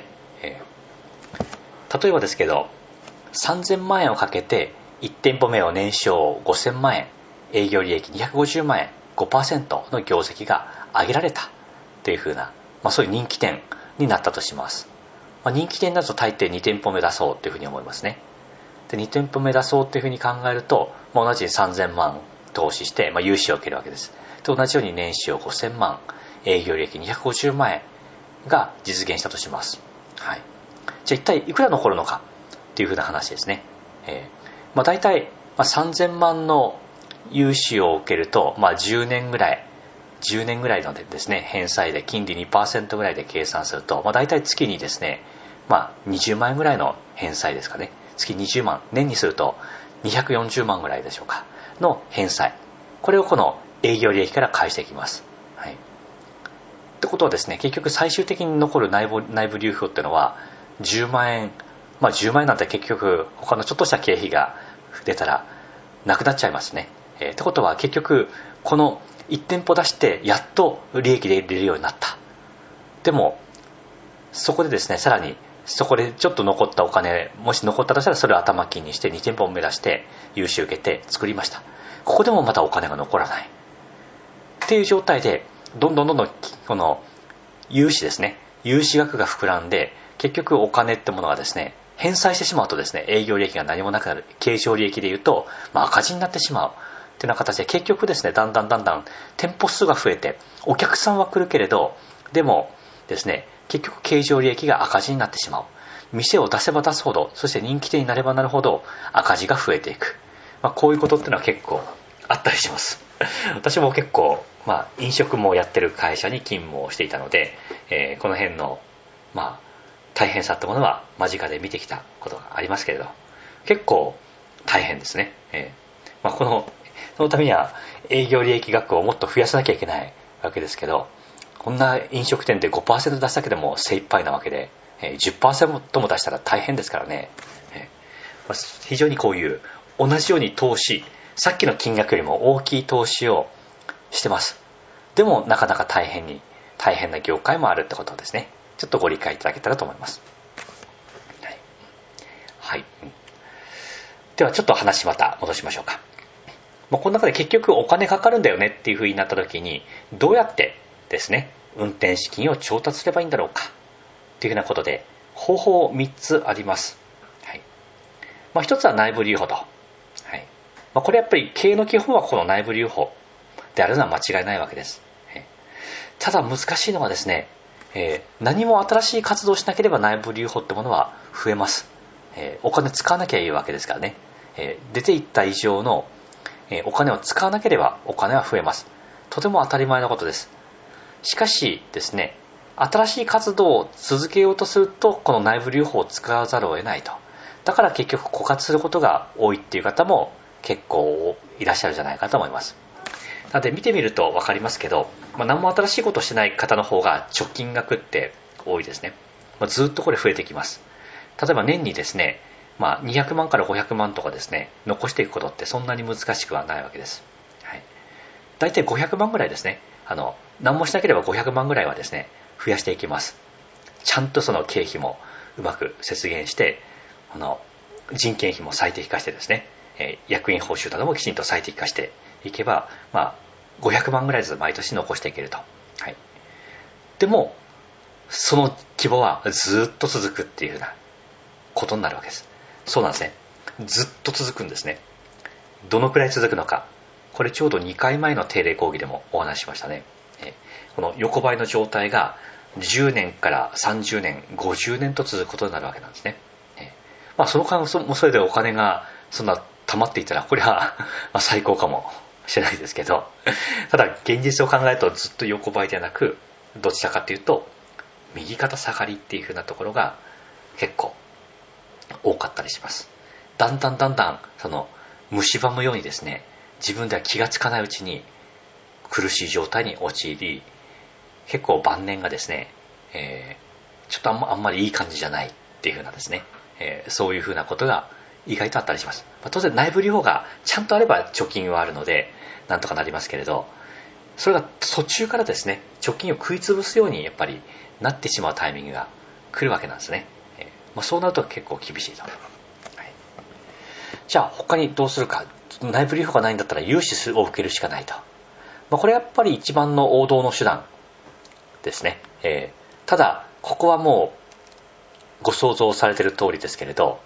Speaker 1: 例えばですけど3000万円をかけて1店舗目を年商5000万円、営業利益250万円、5% の業績が上げられたというふうな、そういう人気店になったとします。人気店だと大抵2店舗目出そうというふうに思いますね。で2店舗目出そうというふうに考えると、同じ3000万投資して、融資を受けるわけです。で同じように年商5000万、営業利益250万円が実現したとします。じゃあ一体いくら残るのかというふうな話ですね。大体3000万の融資を受けると、10年ぐらいのですね返済で金利 2% ぐらいで計算すると、大体月にですね、20万円ぐらいの返済ですかね。月20万、年にすると240万ぐらいでしょうかの返済、これをこの営業利益から返していきます。ってことはですね、結局最終的に残る内部留保っていうのは10万円、10万円なんて結局他のちょっとした経費が出たらなくなっちゃいますね。ってことは結局この1店舗出してやっと利益で入れるようになった。でもそこでですね、さらにそこでちょっと残ったお金、もし残ったとしたらそれを頭金にして2店舗を目指して融資を受けて作りました。ここでもまたお金が残らないっていう状態で、どんどんこの融資ですね、融資額が膨らんで、結局お金ってものがですね返済してしまうとですね、営業利益が何もなくなる、経常利益でいうと、赤字になってしまうっていうような形で、結局ですねだんだん店舗数が増えてお客さんは来るけれど、でもですね、結局経常利益が赤字になってしまう。店を出せば出すほど、そして人気店になればなるほど赤字が増えていく。こういうことっていうのは結構あったりします。私も結構、飲食もやってる会社に勤務をしていたので、この辺の、大変さってものは間近で見てきたことがありますけれど、結構大変ですね。そのためには営業利益額をもっと増やさなきゃいけないわけですけど、こんな飲食店で 5% 出すだけでも精一杯なわけで、10% も出したら大変ですからね。非常にこういう同じように投資、さっきの金額よりも大きい投資をしてます。でもなかなか大変な業界もあるってことをですね、ちょっとご理解いただけたらと思います。はい。ではちょっと話また戻しましょうか。この中で結局お金かかるんだよねっていう風になった時に、どうやってですね、運転資金を調達すればいいんだろうかっていうふうなことで、方法3つあります。はい。1つは内部留保と。はい。これやっぱり経営の基本はこの内部留保であるのは間違いないわけです。ただ難しいのはですね、何も新しい活動をしなければ内部留保ってものは増えます。お金使わなきゃいいわけですからね。出ていった以上のお金を使わなければお金は増えます。とても当たり前のことです。しかしですね、新しい活動を続けようとするとこの内部留保を使わざるを得ないと。だから結局枯渇することが多いっていう方も結構いらっしゃるんじゃないかと思います。なので見てみると分かりますけど、何も新しいことをしてない方の方が貯金額って多いですね。ずっとこれ増えてきます。例えば年にですね、200万から500万とかですね、残していくことってそんなに難しくはないわけです。はい。だいたい500万ぐらいですね。何もしなければ500万ぐらいはですね、増やしていきます。ちゃんとその経費もうまく節減して、人件費も最適化してですね、役員報酬などもきちんと最適化していけば、500万ぐらいずつ毎年残していけると。はい。でも、その規模はずっと続くっていうふうなことになるわけです。そうなんですね。ずっと続くんですね。どのくらい続くのか。これちょうど2回前の定例講義でもお話ししましたね。この横ばいの状態が10年から30年、50年と続くことになるわけなんですね。その間もそれでお金がそんな溜まっていたら、これは最高かもしれないですけど、ただ現実を考えるとずっと横ばいではなく、どちらかというと右肩下がりっていう風なところが結構多かったりします。だんだんその蝕むようにですね、自分では気がつかないうちに苦しい状態に陥り、結構晩年がですね、ちょっとあんまりいい感じじゃないっていう風なですね、そういう風なことが意外とあったりします。当然内部留保がちゃんとあれば貯金はあるのでなんとかなりますけれど、それが途中からですね、貯金を食い潰すようにやっぱりなってしまうタイミングが来るわけなんですね。そうなると結構厳しいと。はい、じゃあ他にどうするか。内部留保がないんだったら融資を受けるしかないと。これやっぱり一番の王道の手段ですね。ただここはもうご想像されている通りですけれど、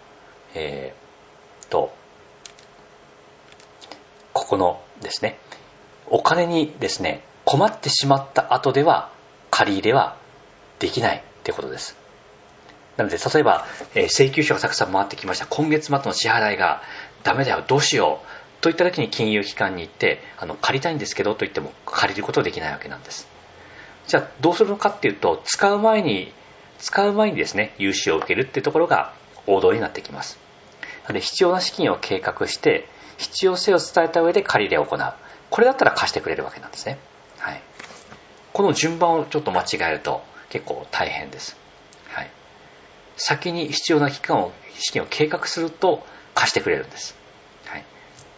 Speaker 1: ここのですね、お金にですね、困ってしまった後では借り入れはできないってことです。なので例えば、請求書がたくさん回ってきました、今月末の支払いがダメだよ、どうしようといった時に金融機関に行って借りたいんですけどと言っても借りることはできないわけなんです。じゃあどうするのかっていうと、使う前にですね、融資を受けるっていうところが王道になってきます。なので必要な資金を計画して必要性を伝えた上で借り入れを行う。これだったら貸してくれるわけなんですね。はい。この順番をちょっと間違えると結構大変です。はい。先に必要な資金を計画すると貸してくれるんです。はい。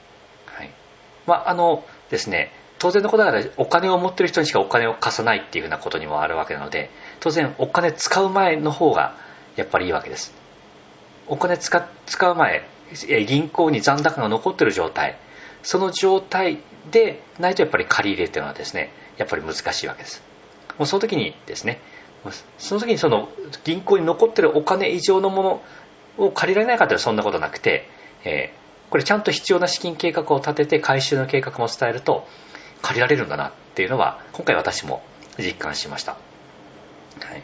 Speaker 1: はい。ですね、当然のことながらお金を持っている人にしかお金を貸さないっていうふうなことにもあるわけなので、当然お金使う前の方がやっぱりいいわけです。お金使う前、銀行に残高が残っている状態、その状態でないとやっぱり借り入れというのはですね、やっぱり難しいわけです。もうその時にですね、その銀行に残っているお金以上のものを借りられないかというとそんなことなくて、これちゃんと必要な資金計画を立てて回収の計画も伝えると借りられるんだなっていうのは今回私も実感しました。はい。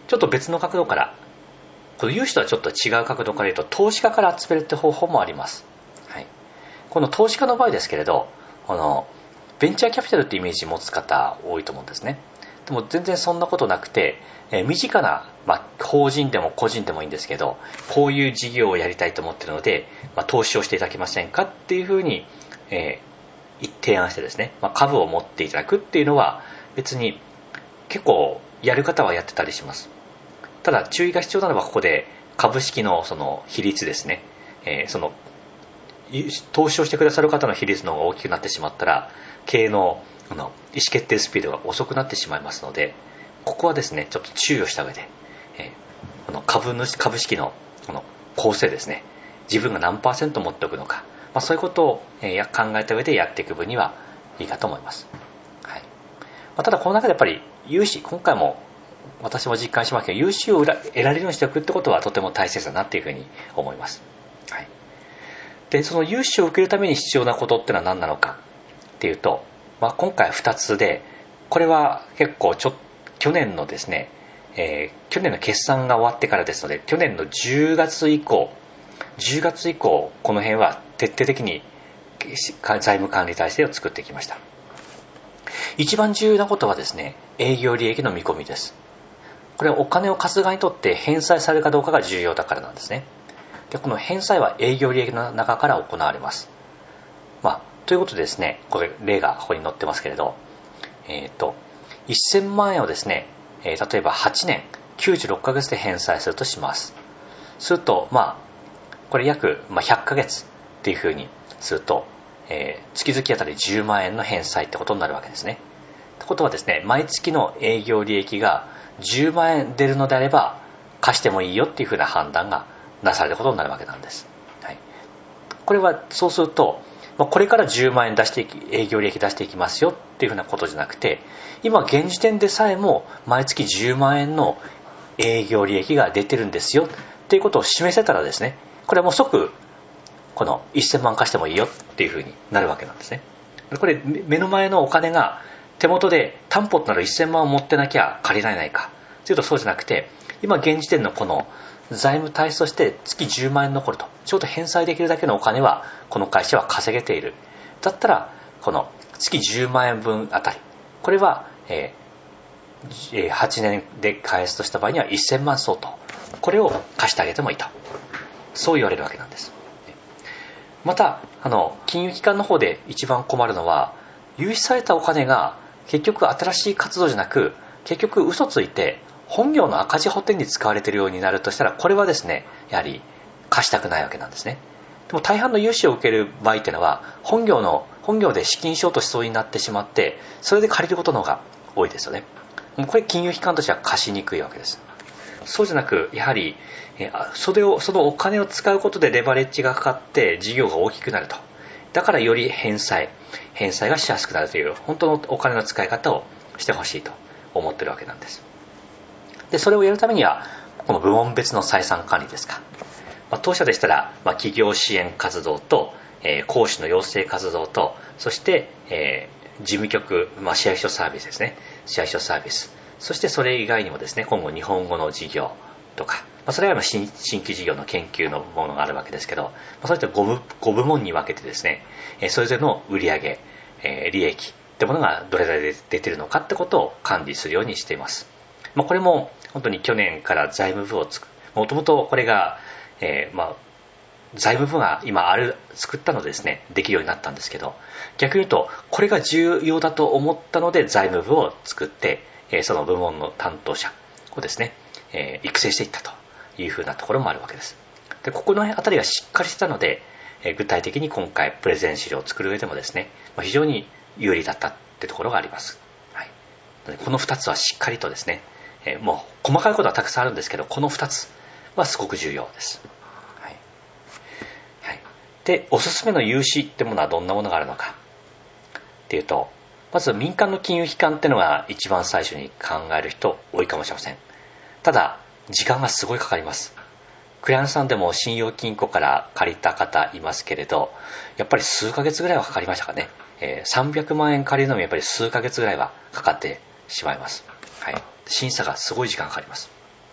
Speaker 1: ちょっと別の角度から、この融資とはちょっと違う角度から言うと、投資家から集めるって方法もあります。はい、この投資家の場合ですけれど、ベンチャーキャピタルってイメージ持つ方多いと思うんですね。でも全然そんなことなくて、身近な、法人でも個人でもいいんですけど、こういう事業をやりたいと思っているので、投資をしていただけませんかっていうふうに、提案してですね、株を持っていただくっていうのは別に結構やる方はやってたりします。ただ注意が必要なのは、ここで株式のその比率ですね、その投資をしてくださる方の比率の方が大きくなってしまったら、経営の意思決定スピードが遅くなってしまいますので、ここはですねちょっと注意をした上で、株式の構成ですね、自分が何パーセント持っておくのか、そういうことを考えた上でやっていく分にはいいかと思います。はい。ただこの中でやっぱり融資、今回も私も実感しますけど、融資を得られるようにしておくってことはとても大切だなっていうふうに思います。はい。で、その融資を受けるために必要なことってのは何なのかっていうと、今回2つで、これは結構去年のですね、去年の決算が終わってからですので、去年の10月以降この辺は徹底的に財務管理体制を作ってきました。一番重要なことはですね、営業利益の見込みです。これはお金を貸す側にとって返済されるかどうかが重要だからなんですね。で、この返済は営業利益の中から行われます。ということでですね、これ例がここに載ってますけれど、1000万円をですね、例えば8年96ヶ月で返済するとします。するとこれ約100ヶ月っていうふうにすると、月々あたり10万円の返済ってことになるわけですね。ってことはですね、毎月の営業利益が10万円出るのであれば貸してもいいよっていうふうな判断がなされることになるわけなんです。はい、これはそうすると、これから10万円営業利益出していきますよっていうふうなことじゃなくて、今現時点でさえも毎月10万円の営業利益が出てるんですよっていうことを示せたらですね、これはもう即この1000万貸してもいいよっていうふうになるわけなんですね。これ目の前のお金が手元で担保となる1000万を持ってなきゃ借りられないかというと、そうじゃなくて、今現時点のこの財務体質として月10万円残ると、ちょうど返済できるだけのお金はこの会社は稼げている。だったらこの月10万円分あたり、これは、8年で返すとした場合には1000万相当、これを貸してあげてもいいと、そう言われるわけなんです。また金融機関の方で一番困るのは、融資されたお金が結局新しい活動じゃなく、結局嘘ついて本業の赤字補填に使われているようになるとしたら、これはですね、やはり貸したくないわけなんですね。でも大半の融資を受ける場合っていうのは、本業で資金ショートしそうになってしまって、それで借りることの方が多いですよね。これ金融機関としては貸しにくいわけです。そうじゃなく、やはりそのお金を使うことでレバレッジがかかって事業が大きくなると。だからより返済がしやすくなるという、本当のお金の使い方をしてほしいと思ってるわけなんです。で、それをやるためにはこの部門別の採算管理ですか、当社でしたら、企業支援活動と、講師の養成活動と、そして、事務局、市役所サービスですね、市役所サービス、そしてそれ以外にもですね、今後日本語の事業とか、それらの新規事業の研究のものがあるわけですけど、そういった 5部門に分けてですね、それぞれの売上、利益ってものがどれだけ出ているのかってことを管理するようにしています。これも本当に去年から財務部をもともとこれが、財務部が作ったのでですね、できるようになったんですけど、逆に言うとこれが重要だと思ったので財務部を作って、その部門の担当者をですね、育成していったというふうなところもあるわけです。で、ここのあたりがしっかりしてたので、具体的に今回プレゼン資料を作る上でもですね、非常に有利だったってところがあります。はい、この2つはしっかりとですね、もう細かいことはたくさんあるんですけど、この2つはすごく重要です。はいはい、で、おすすめの融資ってものはどんなものがあるのかっていうと、まず民間の金融機関っていうのが一番最初に考える人多いかもしれません。ただ時間がすごいかかります。クライアントさんでも信用金庫から借りた方いますけれど、やっぱり数ヶ月ぐらいはかかりましたかね。300万円借りるのにやっぱり数ヶ月ぐらいはかかってしまいます。はい、審査がすごい時間かかります。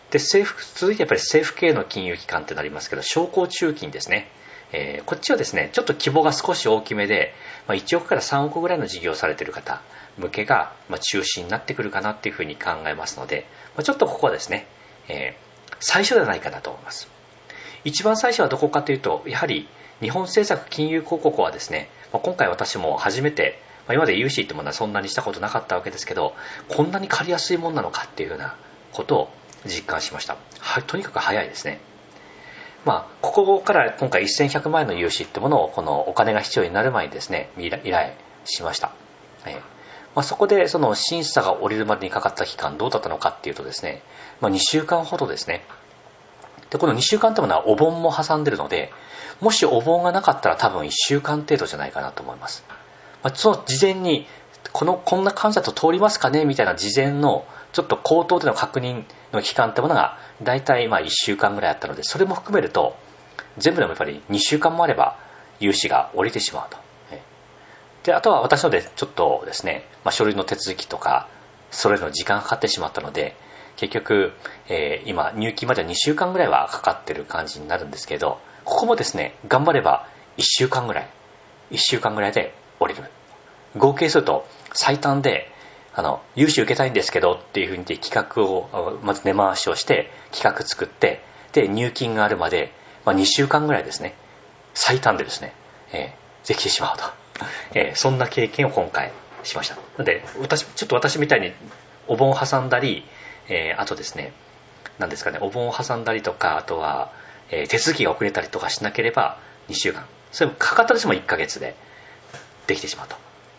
Speaker 1: で、続いてやっぱり政府系の金融機関ってなりますけど、商工中金ですね。こっちはですね、ちょっと規模が少し大きめで、1億から3億ぐらいの事業をされている方向けが、中心になってくるかなっていうふうに考えますので、ちょっとここはですね、最初ではないかなと思います。一番最初はどこかというと、やはり日本政策金融広告はですね、今回私も初めて、今まで融資ってものはそんなにしたことなかったわけですけど、こんなに借りやすいもんなのかっていうようなことを実感しました。とにかく早いですね。ここから今回1100万円の融資ってものを、このお金が必要になる前にですね、依頼しました。そこでその審査が下りるまでにかかった期間どうだったのかっていうとですね、2週間ほどですね。で、この2週間というのはお盆も挟んでるので、もしお盆がなかったら多分1週間程度じゃないかなと思います。その事前にこんな感じだと通りますかねみたいな事前のちょっと口頭での確認の期間ってものが大体1週間ぐらいあったので、それも含めると全部でもやっぱり2週間もあれば融資が下りてしまうと。で、あとは私のでちょっとですね、書類の手続きとかそれの時間がかかってしまったので、結局、今入金までは2週間ぐらいはかかってる感じになるんですけど、ここもですね、頑張れば1週間ぐらいで降りる。合計すると最短で融資受けたいんですけどっていうふうに企画をまず根回しをして企画作って、で入金があるまで、2週間ぐらいですね、最短でですね、できてしまうと、そんな経験を今回しました。なので私みたいにお盆を挟んだり、あとですね、何ですかね、お盆を挟んだりとか、あとは、手続きが遅れたりとかしなければ2週間、それもかかったとしても1ヶ月でできてしまうと。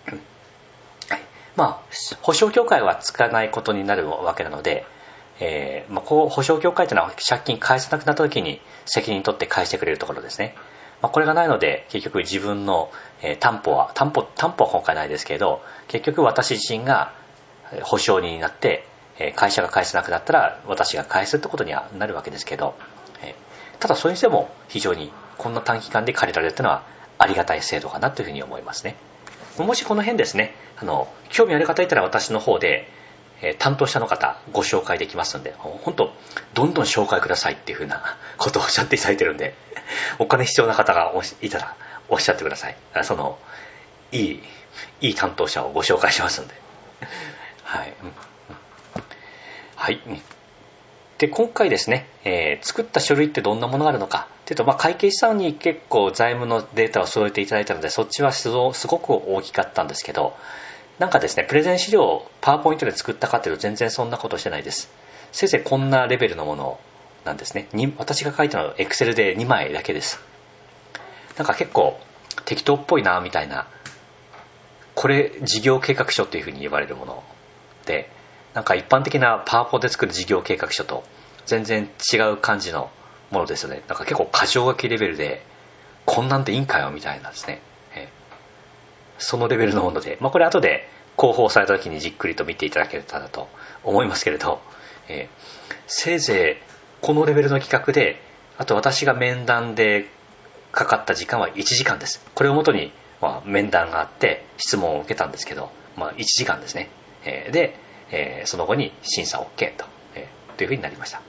Speaker 1: 保証協会はつかないことになるわけなので、保証協会というのは借金返せなくなった時に責任取って返してくれるところですね。これがないので結局自分の担保は今回ないですけれど、結局私自身が保証人になって会社が返せなくなったら私が返すってことにはなるわけですけど、ただそれにしても非常にこんな短期間で借りられるというのはありがたい制度かなというふうに思いますね。もしこの辺ですね、興味ある方いたら私の方で担当者の方ご紹介できますので、本当どんどん紹介くださいっていうふうなことをおっしゃっていただいてるんで、お金必要な方がいたらおっしゃってください。いい担当者をご紹介しますんで。はい。はい。で、今回ですね、作った書類ってどんなものがあるのかというと、会計士さんに結構財務のデータを揃えていただいたので、そっちはすごく大きかったんですけど、なんかですね、プレゼン資料をパワーポイントで作ったかというと全然そんなことしてないです。せいぜいこんなレベルのものなんですね。私が書いたのは Excel で2枚だけです。なんか結構適当っぽいなみたいな、これ事業計画書というふうに言われるもので、なんか一般的なパワポで作る事業計画書と全然違う感じのものですよね。なんか結構箇条書きレベルでこんなんでいいんかよみたいなですね、そのレベルのもので、これ後で広報された時にじっくりと見ていただけたらと思いますけれど、せいぜいこのレベルの企画で、あと私が面談でかかった時間は1時間です。これをもとに、面談があって質問を受けたんですけど、1時間ですね。でその後に審査 OK というふうになりました。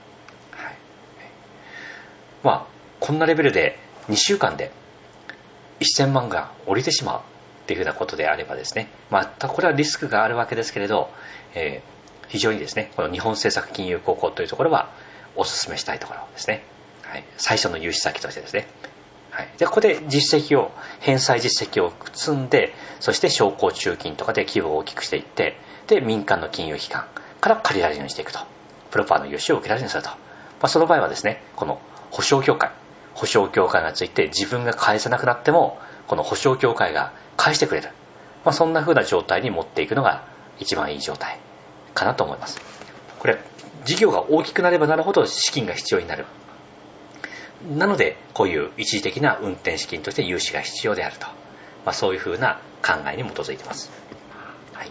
Speaker 1: はい、こんなレベルで2週間で1000万が降りてしまうっていうふうなことであればですね、これはリスクがあるわけですけれど、非常にですね、この日本政策金融高校というところはお勧めしたいところですね。はい、最初の融資先としてですね。はい、でここで返済実績を積んで、そして商工中金とかで規模を大きくしていって、で民間の金融機関から借りられるようにしていくと、プロパーの融資を受けられるようにすると、その場合はですね、この保証協会がついて自分が返せなくなってもこの保証協会が返してくれる、そんな風な状態に持っていくのが一番いい状態かなと思います。これ事業が大きくなればなるほど資金が必要になる。なのでこういう一時的な運転資金として融資が必要であると、そういう風な考えに基づいています。はい、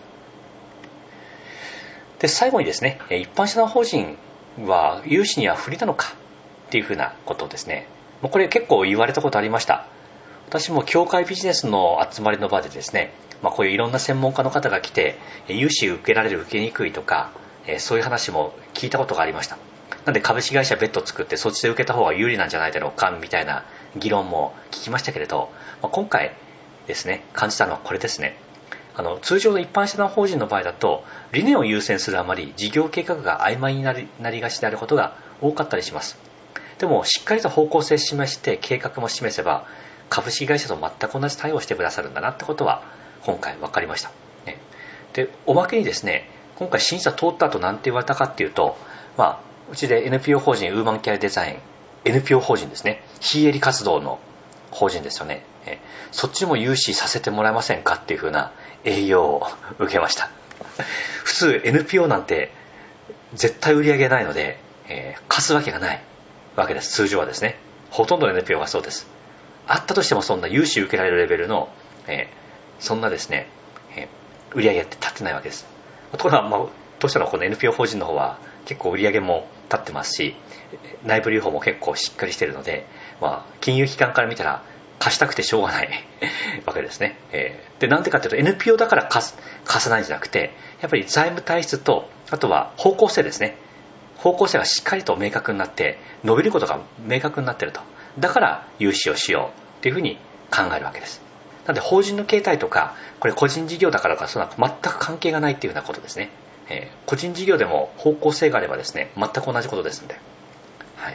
Speaker 1: で最後にですね、一般社団法人は融資には不利なのかっていう風なことをですね、これ結構言われたことありました。私も協会ビジネスの集まりの場でですね、こういういろんな専門家の方が来て融資受けられる受けにくいとか、そういう話も聞いたことがありました。 なんで株式会社別途作ってそっちで受けた方が有利なんじゃないだろうかみたいな議論も聞きましたけれど、今回ですね感じたのはこれですね。通常の一般社団法人の場合だと理念を優先するあまり事業計画が曖昧になりがちであることが多かったりします。でもしっかりと方向性を示して計画も示せば株式会社と全く同じ対応をしてくださるんだなってことは今回分かりました。でおまけにですね、今回審査通った後何て言われたかっていうと、うちで NPO 法人ウーマンケアデザイン NPO 法人ですね、非営利活動の法人ですよね。そっちも融資させてもらえませんかっていう風な営業を受けました。普通 NPO なんて絶対売り上げないので、貸すわけがないわけです。通常はですね、ほとんどの NPO がそうです。あったとしてもそんな融資受けられるレベルの、そんなですね、売り上げって立ってないわけです。ところが、どうしたのこの NPO 法人の方は結構売り上げも立ってますし、内部留保も結構しっかりしているので、金融機関から見たら貸したくてしょうがないわけですね。で、なんでかというと NPO だから貸さないんじゃなくて、やっぱり財務体質と、あとは方向性ですね。方向性がしっかりと明確になって、伸びることが明確になっていると。だから融資をしようというふうに考えるわけです。なので法人の形態とか、これ個人事業だからかそんな全く関係がないっていうようなことですね。個人事業でも方向性があればですね、全く同じことですので。はい。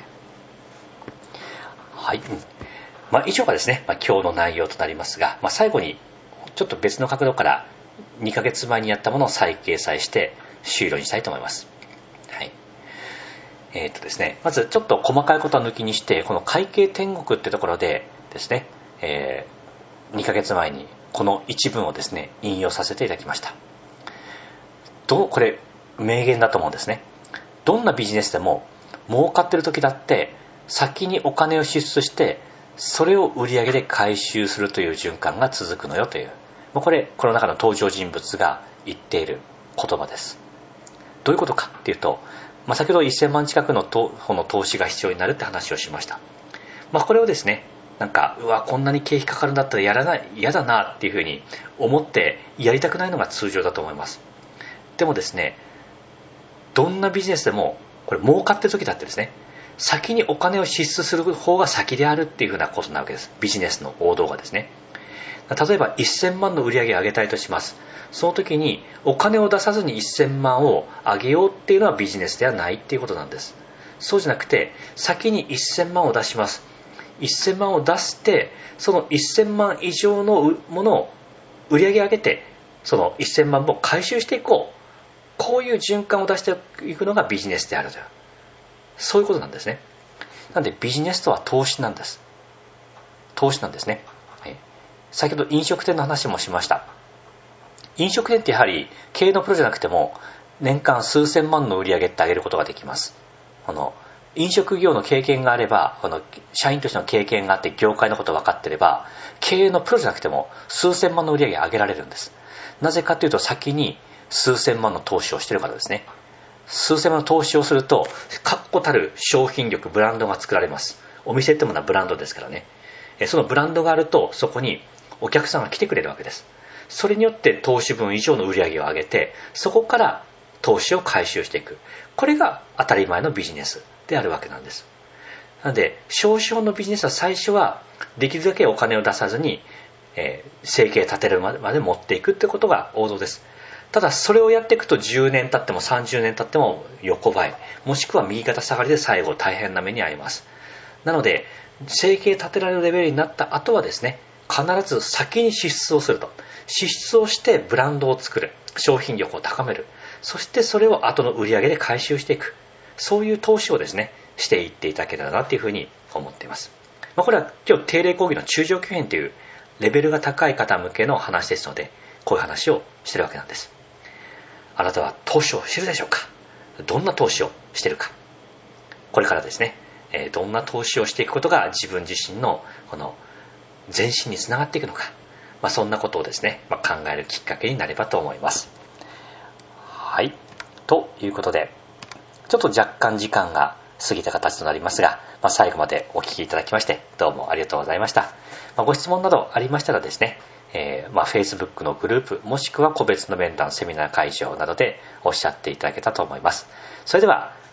Speaker 1: はい。以上がですね、今日の内容となりますが、最後にちょっと別の角度から2ヶ月前にやったものを再掲載して終了にしたいと思います。はい。ですね、まずちょっと細かいことは抜きにして、この会計天国ってところでですね、2ヶ月前にこの一文をですね、引用させていただきました。これ名言だと思うんですね。どんなビジネスでも儲かってる時だって先にお金を支出してそれを売り上げで回収するという循環が続くのよという、これこの中の登場人物が言っている言葉です。どういうことかっていうと、先ほど1000万近くの投資が必要になるって話をしました。これをですね、こんなに経費かかるんだったら嫌だなっていうふうに思ってやりたくないのが通常だと思います。でもですね、どんなビジネスでもこれ儲かってる時だってですね、先にお金を支出する方が先であるっていうふうなことなわけです。ビジネスの王道がですね。例えば1000万の売り上げを上げたいとします。その時にお金を出さずに1000万を上げようっていうのはビジネスではないっていうことなんです。そうじゃなくて、先に1000万を出します。1000万を出して、その1000万以上のものを売り上げ上げて、その1000万も回収していこう。こういう循環を出していくのがビジネスであるという、そういうことなんですね。なのでビジネスとは投資なんです。投資なんですね。先ほど飲食店の話もしました。飲食店ってやはり経営のプロじゃなくても年間数千万の売り上げって上げることができます。飲食業の経験があれば、社員としての経験があって業界のことが分かっていれば、経営のプロじゃなくても数千万の売り上げを上げられるんです。なぜかというと、先に数千万の投資をしているからですね。数千万の投資をすると確固たる商品力、ブランドが作られます。お店ってものはブランドですからね。そのブランドがあるとそこにお客さんが来てくれるわけです。それによって投資分以上の売り上げを上げて、そこから投資を回収していく。これが当たり前のビジネスであるわけなんです。なので少々のビジネスは最初はできるだけお金を出さずに、生計立てるまで持っていくってことが王道です。ただそれをやっていくと10年経っても30年経っても横ばい、もしくは右肩下がりで最後大変な目に遭います。なので生計立てられるレベルになった後はですね、必ず先に支出をすると。支出をしてブランドを作る、商品力を高める、そしてそれを後の売り上げで回収していく、そういう投資をですねしていっていただけたらなというふうに思っています。これは今日定例講義の中上級編というレベルが高い方向けの話ですので、こういう話をしているわけなんです。あなたは投資をしているでしょうか？どんな投資をしているか、これからですね、どんな投資をしていくことが自分自身のこの前進につながっていくのか、そんなことをですね、考えるきっかけになればと思います。はい、ということでちょっと若干時間が過ぎた形となりますが、最後までお聞きいただきましてどうもありがとうございました。ご質問などありましたらですね、Facebook のグループもしくは個別の面談、セミナー会場などでおっしゃっていただけたと思います。それでは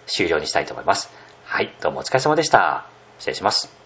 Speaker 1: 終了にしたいと思います。はい、どうもお疲れ様でした。失礼します。